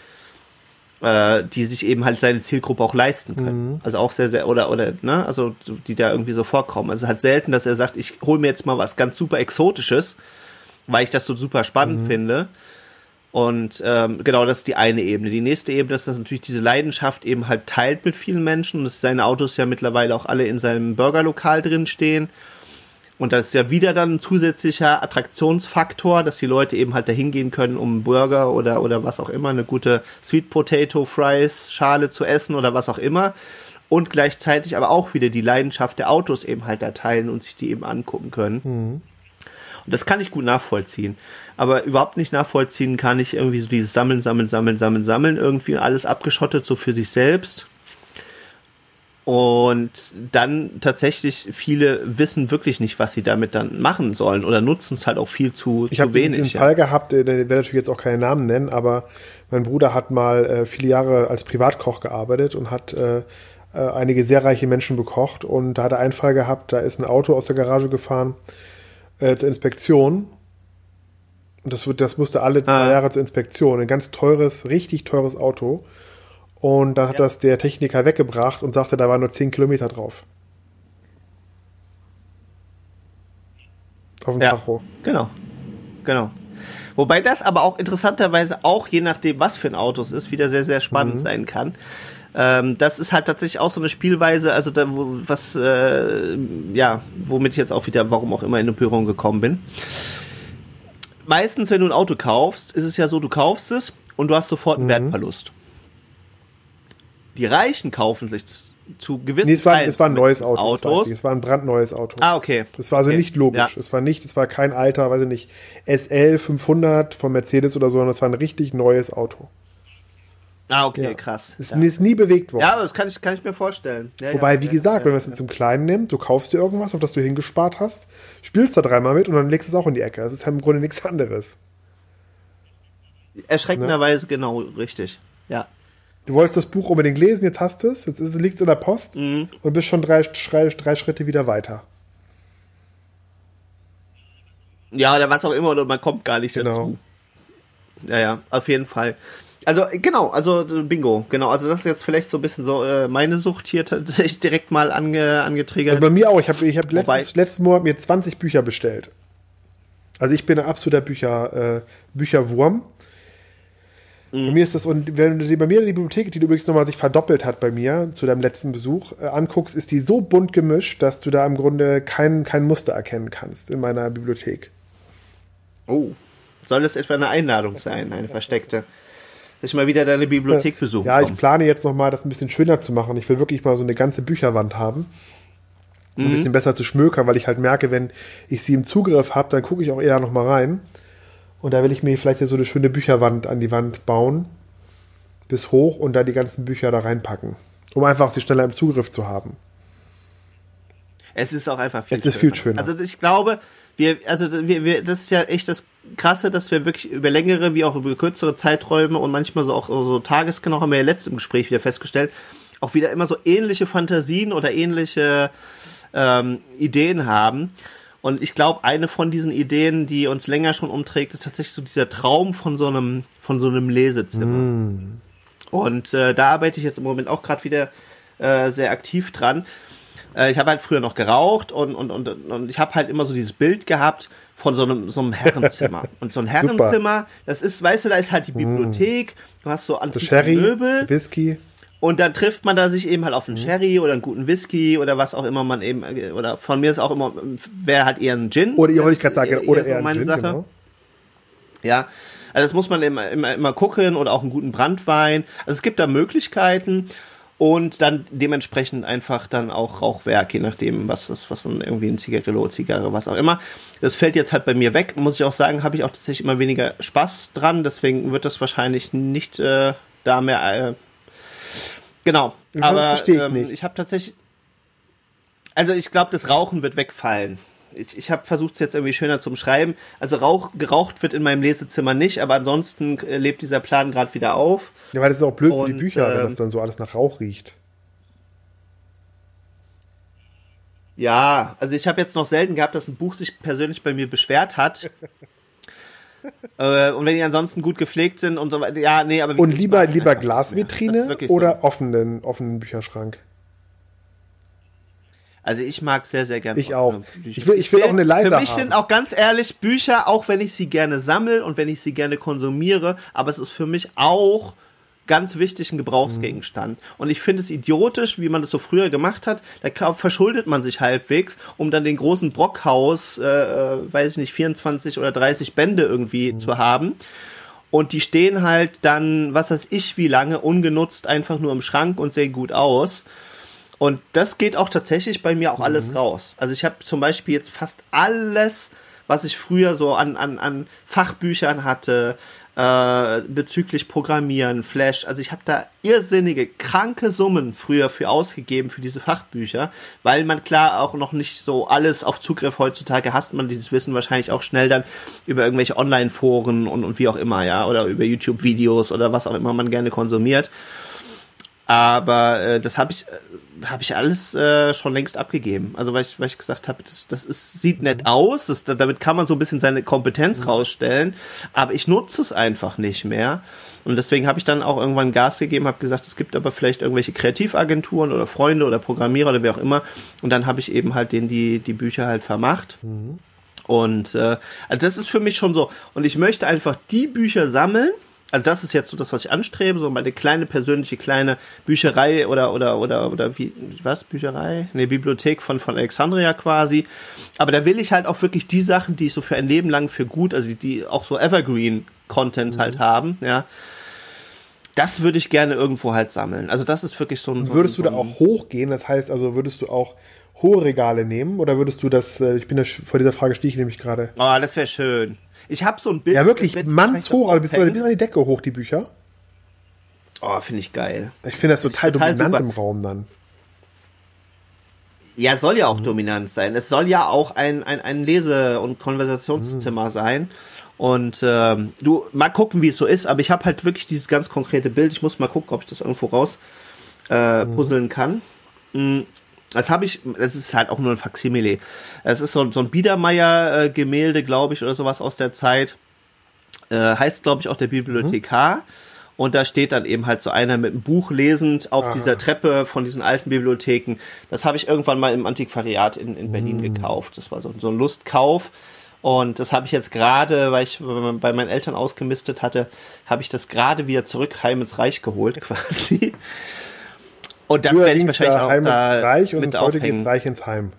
S1: sich eben halt seine Zielgruppe auch leisten können. Also auch sehr, sehr, oder, ne, also die da irgendwie so vorkommen. Also halt selten, dass er sagt, ich hole mir jetzt mal was ganz super Exotisches, weil ich das so super spannend finde. Und genau, das ist die eine Ebene. Die nächste Ebene ist, dass natürlich diese Leidenschaft eben halt teilt mit vielen Menschen und dass seine Autos ja mittlerweile auch alle in seinem Burgerlokal drin stehen. Und das ist ja wieder dann ein zusätzlicher Attraktionsfaktor, dass die Leute eben halt dahin gehen können, um einen Burger oder was auch immer, eine gute Sweet Potato Fries Schale zu essen oder was auch immer. Und gleichzeitig aber auch wieder die Leidenschaft der Autos eben halt da teilen und sich die eben angucken können. Und das kann ich gut nachvollziehen. Aber überhaupt nicht nachvollziehen kann ich irgendwie so dieses Sammeln, irgendwie alles abgeschottet, so für sich selbst. Und dann tatsächlich viele wissen wirklich nicht, was sie damit dann machen sollen oder nutzen es halt auch viel zu wenig.
S2: Ich habe einen Fall gehabt, der werde natürlich jetzt auch keinen Namen nennen, aber mein Bruder hat mal viele Jahre als Privatkoch gearbeitet und hat einige sehr reiche Menschen bekocht. Und da hat er einen Fall gehabt, da ist ein Auto aus der Garage gefahren zur Inspektion. Und das musste alle 2 Jahre zur Inspektion. Ein ganz teures, richtig teures Auto. Und dann hat das der Techniker weggebracht und sagte, da waren nur 10 Kilometer drauf. Auf dem Tacho.
S1: Genau. Wobei das aber auch interessanterweise auch, je nachdem, was für ein Auto es ist, wieder sehr, sehr spannend sein kann. Das ist halt tatsächlich auch so eine Spielweise, also da, womit ich jetzt auch wieder, warum auch immer, in eine Berührung gekommen bin. Meistens, wenn du ein Auto kaufst, ist es ja so, du kaufst es und du hast sofort einen Wertverlust. Die Reichen kaufen sich zu gewissen Teilen
S2: es war ein neues
S1: Autos.
S2: Es war ein brandneues Auto.
S1: Okay.
S2: Das war also nicht logisch. Ja. Es war kein alter, weiß ich nicht, SL 500 von Mercedes oder so, sondern es war ein richtig neues Auto.
S1: Okay, krass.
S2: Ist nie bewegt worden.
S1: Ja, aber das kann ich mir vorstellen.
S2: Wobei, wie gesagt, wenn man es jetzt im Kleinen nimmt, du kaufst dir irgendwas, auf das du hingespart hast, spielst da 3-mal mit und dann legst du es auch in die Ecke. Das ist halt im Grunde nichts anderes.
S1: Erschreckenderweise genau richtig. Ja.
S2: Du wolltest das Buch unbedingt lesen, jetzt hast du es, jetzt liegt es in der Post und bist schon drei Schritte wieder weiter.
S1: Ja, oder was auch immer, oder man kommt gar nicht dazu. Ja, auf jeden Fall. Also, Bingo, genau. Also, das ist jetzt vielleicht so ein bisschen so meine Sucht hier tatsächlich direkt mal angetriggert.
S2: Also bei mir auch. Ich hab letztes Monat mir 20 Bücher bestellt. Also, ich bin ein absoluter Bücherwurm. Bei mir ist das, und wenn du bei mir die Bibliothek, die übrigens nochmal sich verdoppelt hat bei mir, zu deinem letzten Besuch, anguckst, ist die so bunt gemischt, dass du da im Grunde kein Muster erkennen kannst in meiner Bibliothek.
S1: Oh, soll das etwa eine Einladung sein, eine versteckte? Dass ich mal wieder deine Bibliothek besuchen
S2: Ja, ich plane jetzt nochmal, das ein bisschen schöner zu machen. Ich will wirklich mal so eine ganze Bücherwand haben. Um ein bisschen besser zu schmökern, weil ich halt merke, wenn ich sie im Zugriff habe, dann gucke ich auch eher nochmal rein. Und da will ich mir vielleicht so eine schöne Bücherwand an die Wand bauen, bis hoch, und da die ganzen Bücher da reinpacken, um einfach sie schneller im Zugriff zu haben.
S1: Es ist auch einfach
S2: viel schöner.
S1: Also ich glaube, das ist ja echt das Krasse, dass wir wirklich über längere wie auch über kürzere Zeiträume und manchmal so auch so tagesgenau, haben wir ja letztens im Gespräch wieder festgestellt, auch wieder immer so ähnliche Fantasien oder ähnliche Ideen haben. Und ich glaube, eine von diesen Ideen, die uns länger schon umträgt, ist tatsächlich so dieser Traum von so einem Lesezimmer. Und da arbeite ich jetzt im Moment auch gerade wieder sehr aktiv dran. Ich habe halt früher noch geraucht und ich habe halt immer so dieses Bild gehabt von so einem Herrenzimmer. Und so ein Herrenzimmer, das ist, weißt du, da ist halt die Bibliothek, du hast so antike Möbel.
S2: Whisky.
S1: Und dann trifft man da sich eben halt auf einen Sherry oder einen guten Whisky oder was auch immer man eben, oder von mir ist auch immer, wäre halt eher ein Gin.
S2: Oder, wollte ich gerade sagen, oder eher
S1: ein
S2: Gin,
S1: Sache. Genau. Ja, also das muss man immer gucken, oder auch einen guten Brandwein. Also es gibt da Möglichkeiten und dann dementsprechend einfach dann auch Rauchwerk, je nachdem, was dann irgendwie ein Zigarillo, Zigarre, was auch immer. Das fällt jetzt halt bei mir weg, muss ich auch sagen, habe ich auch tatsächlich immer weniger Spaß dran, deswegen wird das wahrscheinlich nicht da mehr... Genau, aber ich habe tatsächlich, also ich glaube, das Rauchen wird wegfallen. Ich habe versucht, es jetzt irgendwie schöner zu beschreiben. Also geraucht wird in meinem Lesezimmer nicht, aber ansonsten lebt dieser Plan gerade wieder auf.
S2: Ja, weil das ist auch blöd für die Bücher, wenn das dann so alles nach Rauch riecht.
S1: Ja, also ich habe jetzt noch selten gehabt, dass ein Buch sich persönlich bei mir beschwert hat. Und wenn die ansonsten gut gepflegt sind und so weiter, ja, nee, aber...
S2: Und lieber Glasvitrine oder offenen Bücherschrank?
S1: Also ich mag sehr, sehr gerne.
S2: Ich auch. Ich will auch eine Leiter haben.
S1: Für mich sind auch ganz ehrlich Bücher, auch wenn ich sie gerne sammle und wenn ich sie gerne konsumiere, aber es ist für mich auch ganz wichtig ein Gebrauchsgegenstand. Und ich finde es idiotisch, wie man das so früher gemacht hat. Da verschuldet man sich halbwegs, um dann den großen Brockhaus, weiß ich nicht, 24 oder 30 Bände irgendwie zu haben. Und die stehen halt dann, was weiß ich, wie lange ungenutzt einfach nur im Schrank und sehen gut aus. Und das geht auch tatsächlich bei mir auch alles raus. Also ich habe zum Beispiel jetzt fast alles, was ich früher so an Fachbüchern hatte, bezüglich Programmieren, Flash. Also ich habe da irrsinnige, kranke Summen früher für ausgegeben für diese Fachbücher, weil man klar auch noch nicht so alles auf Zugriff heutzutage hast, man dieses Wissen wahrscheinlich auch schnell dann über irgendwelche Online-Foren und wie auch immer, ja, oder über YouTube-Videos oder was auch immer man gerne konsumiert. Aber das habe ich alles schon längst abgegeben. Also weil ich gesagt habe, sieht nett aus, damit kann man so ein bisschen seine Kompetenz rausstellen, aber ich nutze es einfach nicht mehr. Und deswegen habe ich dann auch irgendwann Gas gegeben, habe gesagt, es gibt aber vielleicht irgendwelche Kreativagenturen oder Freunde oder Programmierer oder wer auch immer. Und dann habe ich eben halt denen die Bücher halt vermacht. Und also das ist für mich schon so. Und ich möchte einfach die Bücher sammeln. Also das ist jetzt so das, was ich anstrebe, so meine kleine persönliche kleine Bücherei oder wie, was, Bücherei? Ne, Bibliothek von Alexandria quasi. Aber da will ich halt auch wirklich die Sachen, die ich so für ein Leben lang für gut, also die auch so Evergreen-Content halt haben, ja. Das würde ich gerne irgendwo halt sammeln. Also das ist wirklich so ein...
S2: Würdest du da auch hochgehen? Das heißt, also würdest du auch hohe Regale nehmen? Oder würdest du das, vor dieser Frage stehe ich nämlich gerade.
S1: Oh, das wäre schön. Ich habe so ein Bild...
S2: Ja, wirklich mannshoch, also bis an die Decke hoch, die Bücher.
S1: Oh, finde ich geil.
S2: Ich finde das total dominant im Raum dann.
S1: Ja, soll ja auch dominant sein. Es soll ja auch ein Lese- und Konversationszimmer sein. Und du, mal gucken, wie es so ist. Aber ich habe halt wirklich dieses ganz konkrete Bild. Ich muss mal gucken, ob ich das irgendwo raus puzzeln kann. Es ist halt auch nur ein Faksimile. Es ist so ein Biedermeier-Gemälde, glaube ich, oder sowas aus der Zeit. Heißt, glaube ich, auch der Bibliothekar. Und da steht dann eben halt so einer mit einem Buch lesend auf dieser Treppe von diesen alten Bibliotheken. Das habe ich irgendwann mal im Antiquariat in Berlin gekauft. Das war so ein Lustkauf. Und das habe ich jetzt gerade, weil ich bei meinen Eltern ausgemistet hatte, habe ich das gerade wieder zurück heim ins Reich geholt, quasi. Und das werde ich wahrscheinlich auch
S2: Heim
S1: da
S2: ins Reich
S1: mit
S2: und heute
S1: aufhängen.
S2: geht's Reich ins Heim.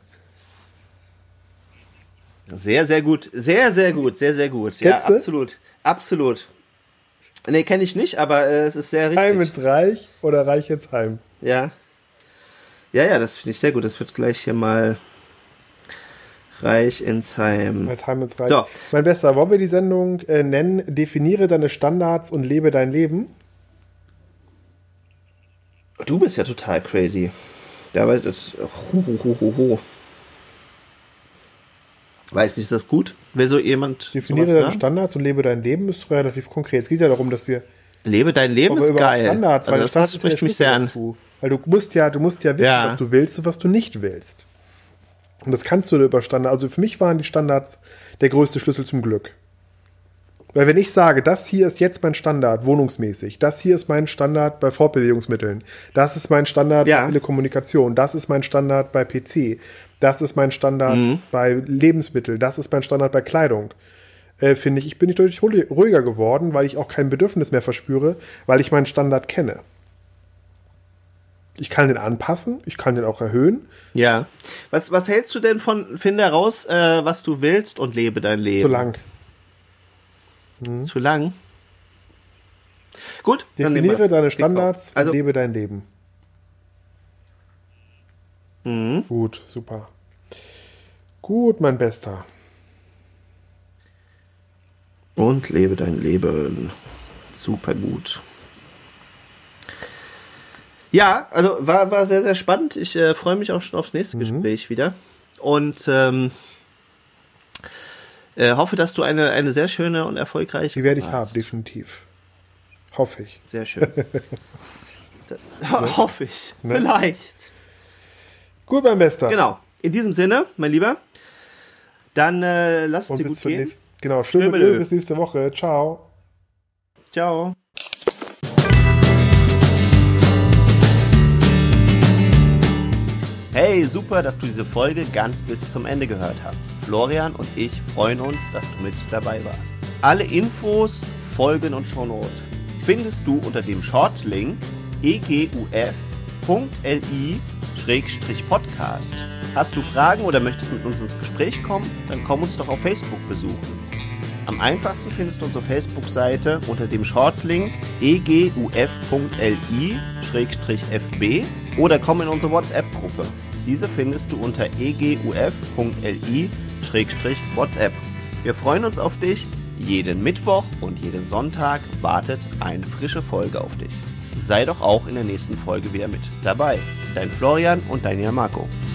S1: Sehr, sehr gut. Sehr, sehr gut. Sehr, sehr gut.
S2: Kennst
S1: ja,
S2: du?
S1: absolut. Absolut. Nee, kenne ich nicht, aber es ist sehr richtig.
S2: Heim ins Reich oder Reich ins Heim?
S1: Ja. Ja, das finde ich sehr gut. Das wird gleich hier mal Reich ins Heim.
S2: Als Heim ins Reich.
S1: So.
S2: Mein Bester, wollen wir die Sendung nennen, definiere deine Standards und lebe dein Leben?
S1: Du bist ja total crazy. Dabei das. Weiß nicht, ist das gut? Will so jemand.
S2: Definiere deine Standards und lebe dein Leben ist relativ konkret. Es geht ja darum, dass wir.
S1: Lebe dein Leben ist geil.
S2: Standards, weil
S1: also das spricht mich sehr an.
S2: Dazu. Weil du musst ja wissen, was du willst und was du nicht willst. Und das kannst du über Standards. Also für mich waren die Standards der größte Schlüssel zum Glück. Weil wenn ich sage, das hier ist jetzt mein Standard, wohnungsmäßig, das hier ist mein Standard bei Fortbewegungsmitteln, das ist mein Standard bei Telekommunikation, das ist mein Standard bei PC, das ist mein Standard bei Lebensmitteln, das ist mein Standard bei Kleidung, finde ich, bin ich deutlich ruhiger geworden, weil ich auch kein Bedürfnis mehr verspüre, weil ich meinen Standard kenne. Ich kann den anpassen, ich kann den auch erhöhen.
S1: Ja. Was hältst du denn von, finde heraus, was du willst und lebe dein Leben?
S2: Zu lang.
S1: Zu lang? Gut.
S2: Definiere deine Standards und lebe dein Leben. Gut, super. Gut, mein Bester.
S1: Und lebe dein Leben. Super gut. Ja, also war sehr, sehr spannend. Ich freue mich auch schon aufs nächste Gespräch wieder. Und hoffe, dass du eine sehr schöne und erfolgreiche...
S2: Die werde ich haben, definitiv. Hoffe ich.
S1: Sehr schön. Hoffe ich. Ne? Vielleicht.
S2: Gut, mein Bester.
S1: Genau. In diesem Sinne, mein Lieber, dann lass es dir gut gehen.
S2: Genau, Stimmen bis nächste Woche. Ciao.
S1: Ciao. Hey, super, dass du diese Folge ganz bis zum Ende gehört hast. Florian und ich freuen uns, dass du mit dabei warst. Alle Infos, Folgen und Shownotes findest du unter dem Shortlink eguf.li/podcast. Hast du Fragen oder möchtest mit uns ins Gespräch kommen? Dann komm uns doch auf Facebook besuchen. Am einfachsten findest du unsere Facebook-Seite unter dem Shortlink eguf.li/fb oder komm in unsere WhatsApp-Gruppe. Diese findest du unter eguf.li/WhatsApp. Wir freuen uns auf dich. Jeden Mittwoch und jeden Sonntag wartet eine frische Folge auf dich. Sei doch auch in der nächsten Folge wieder mit dabei. Dein Florian und dein Jan Marco.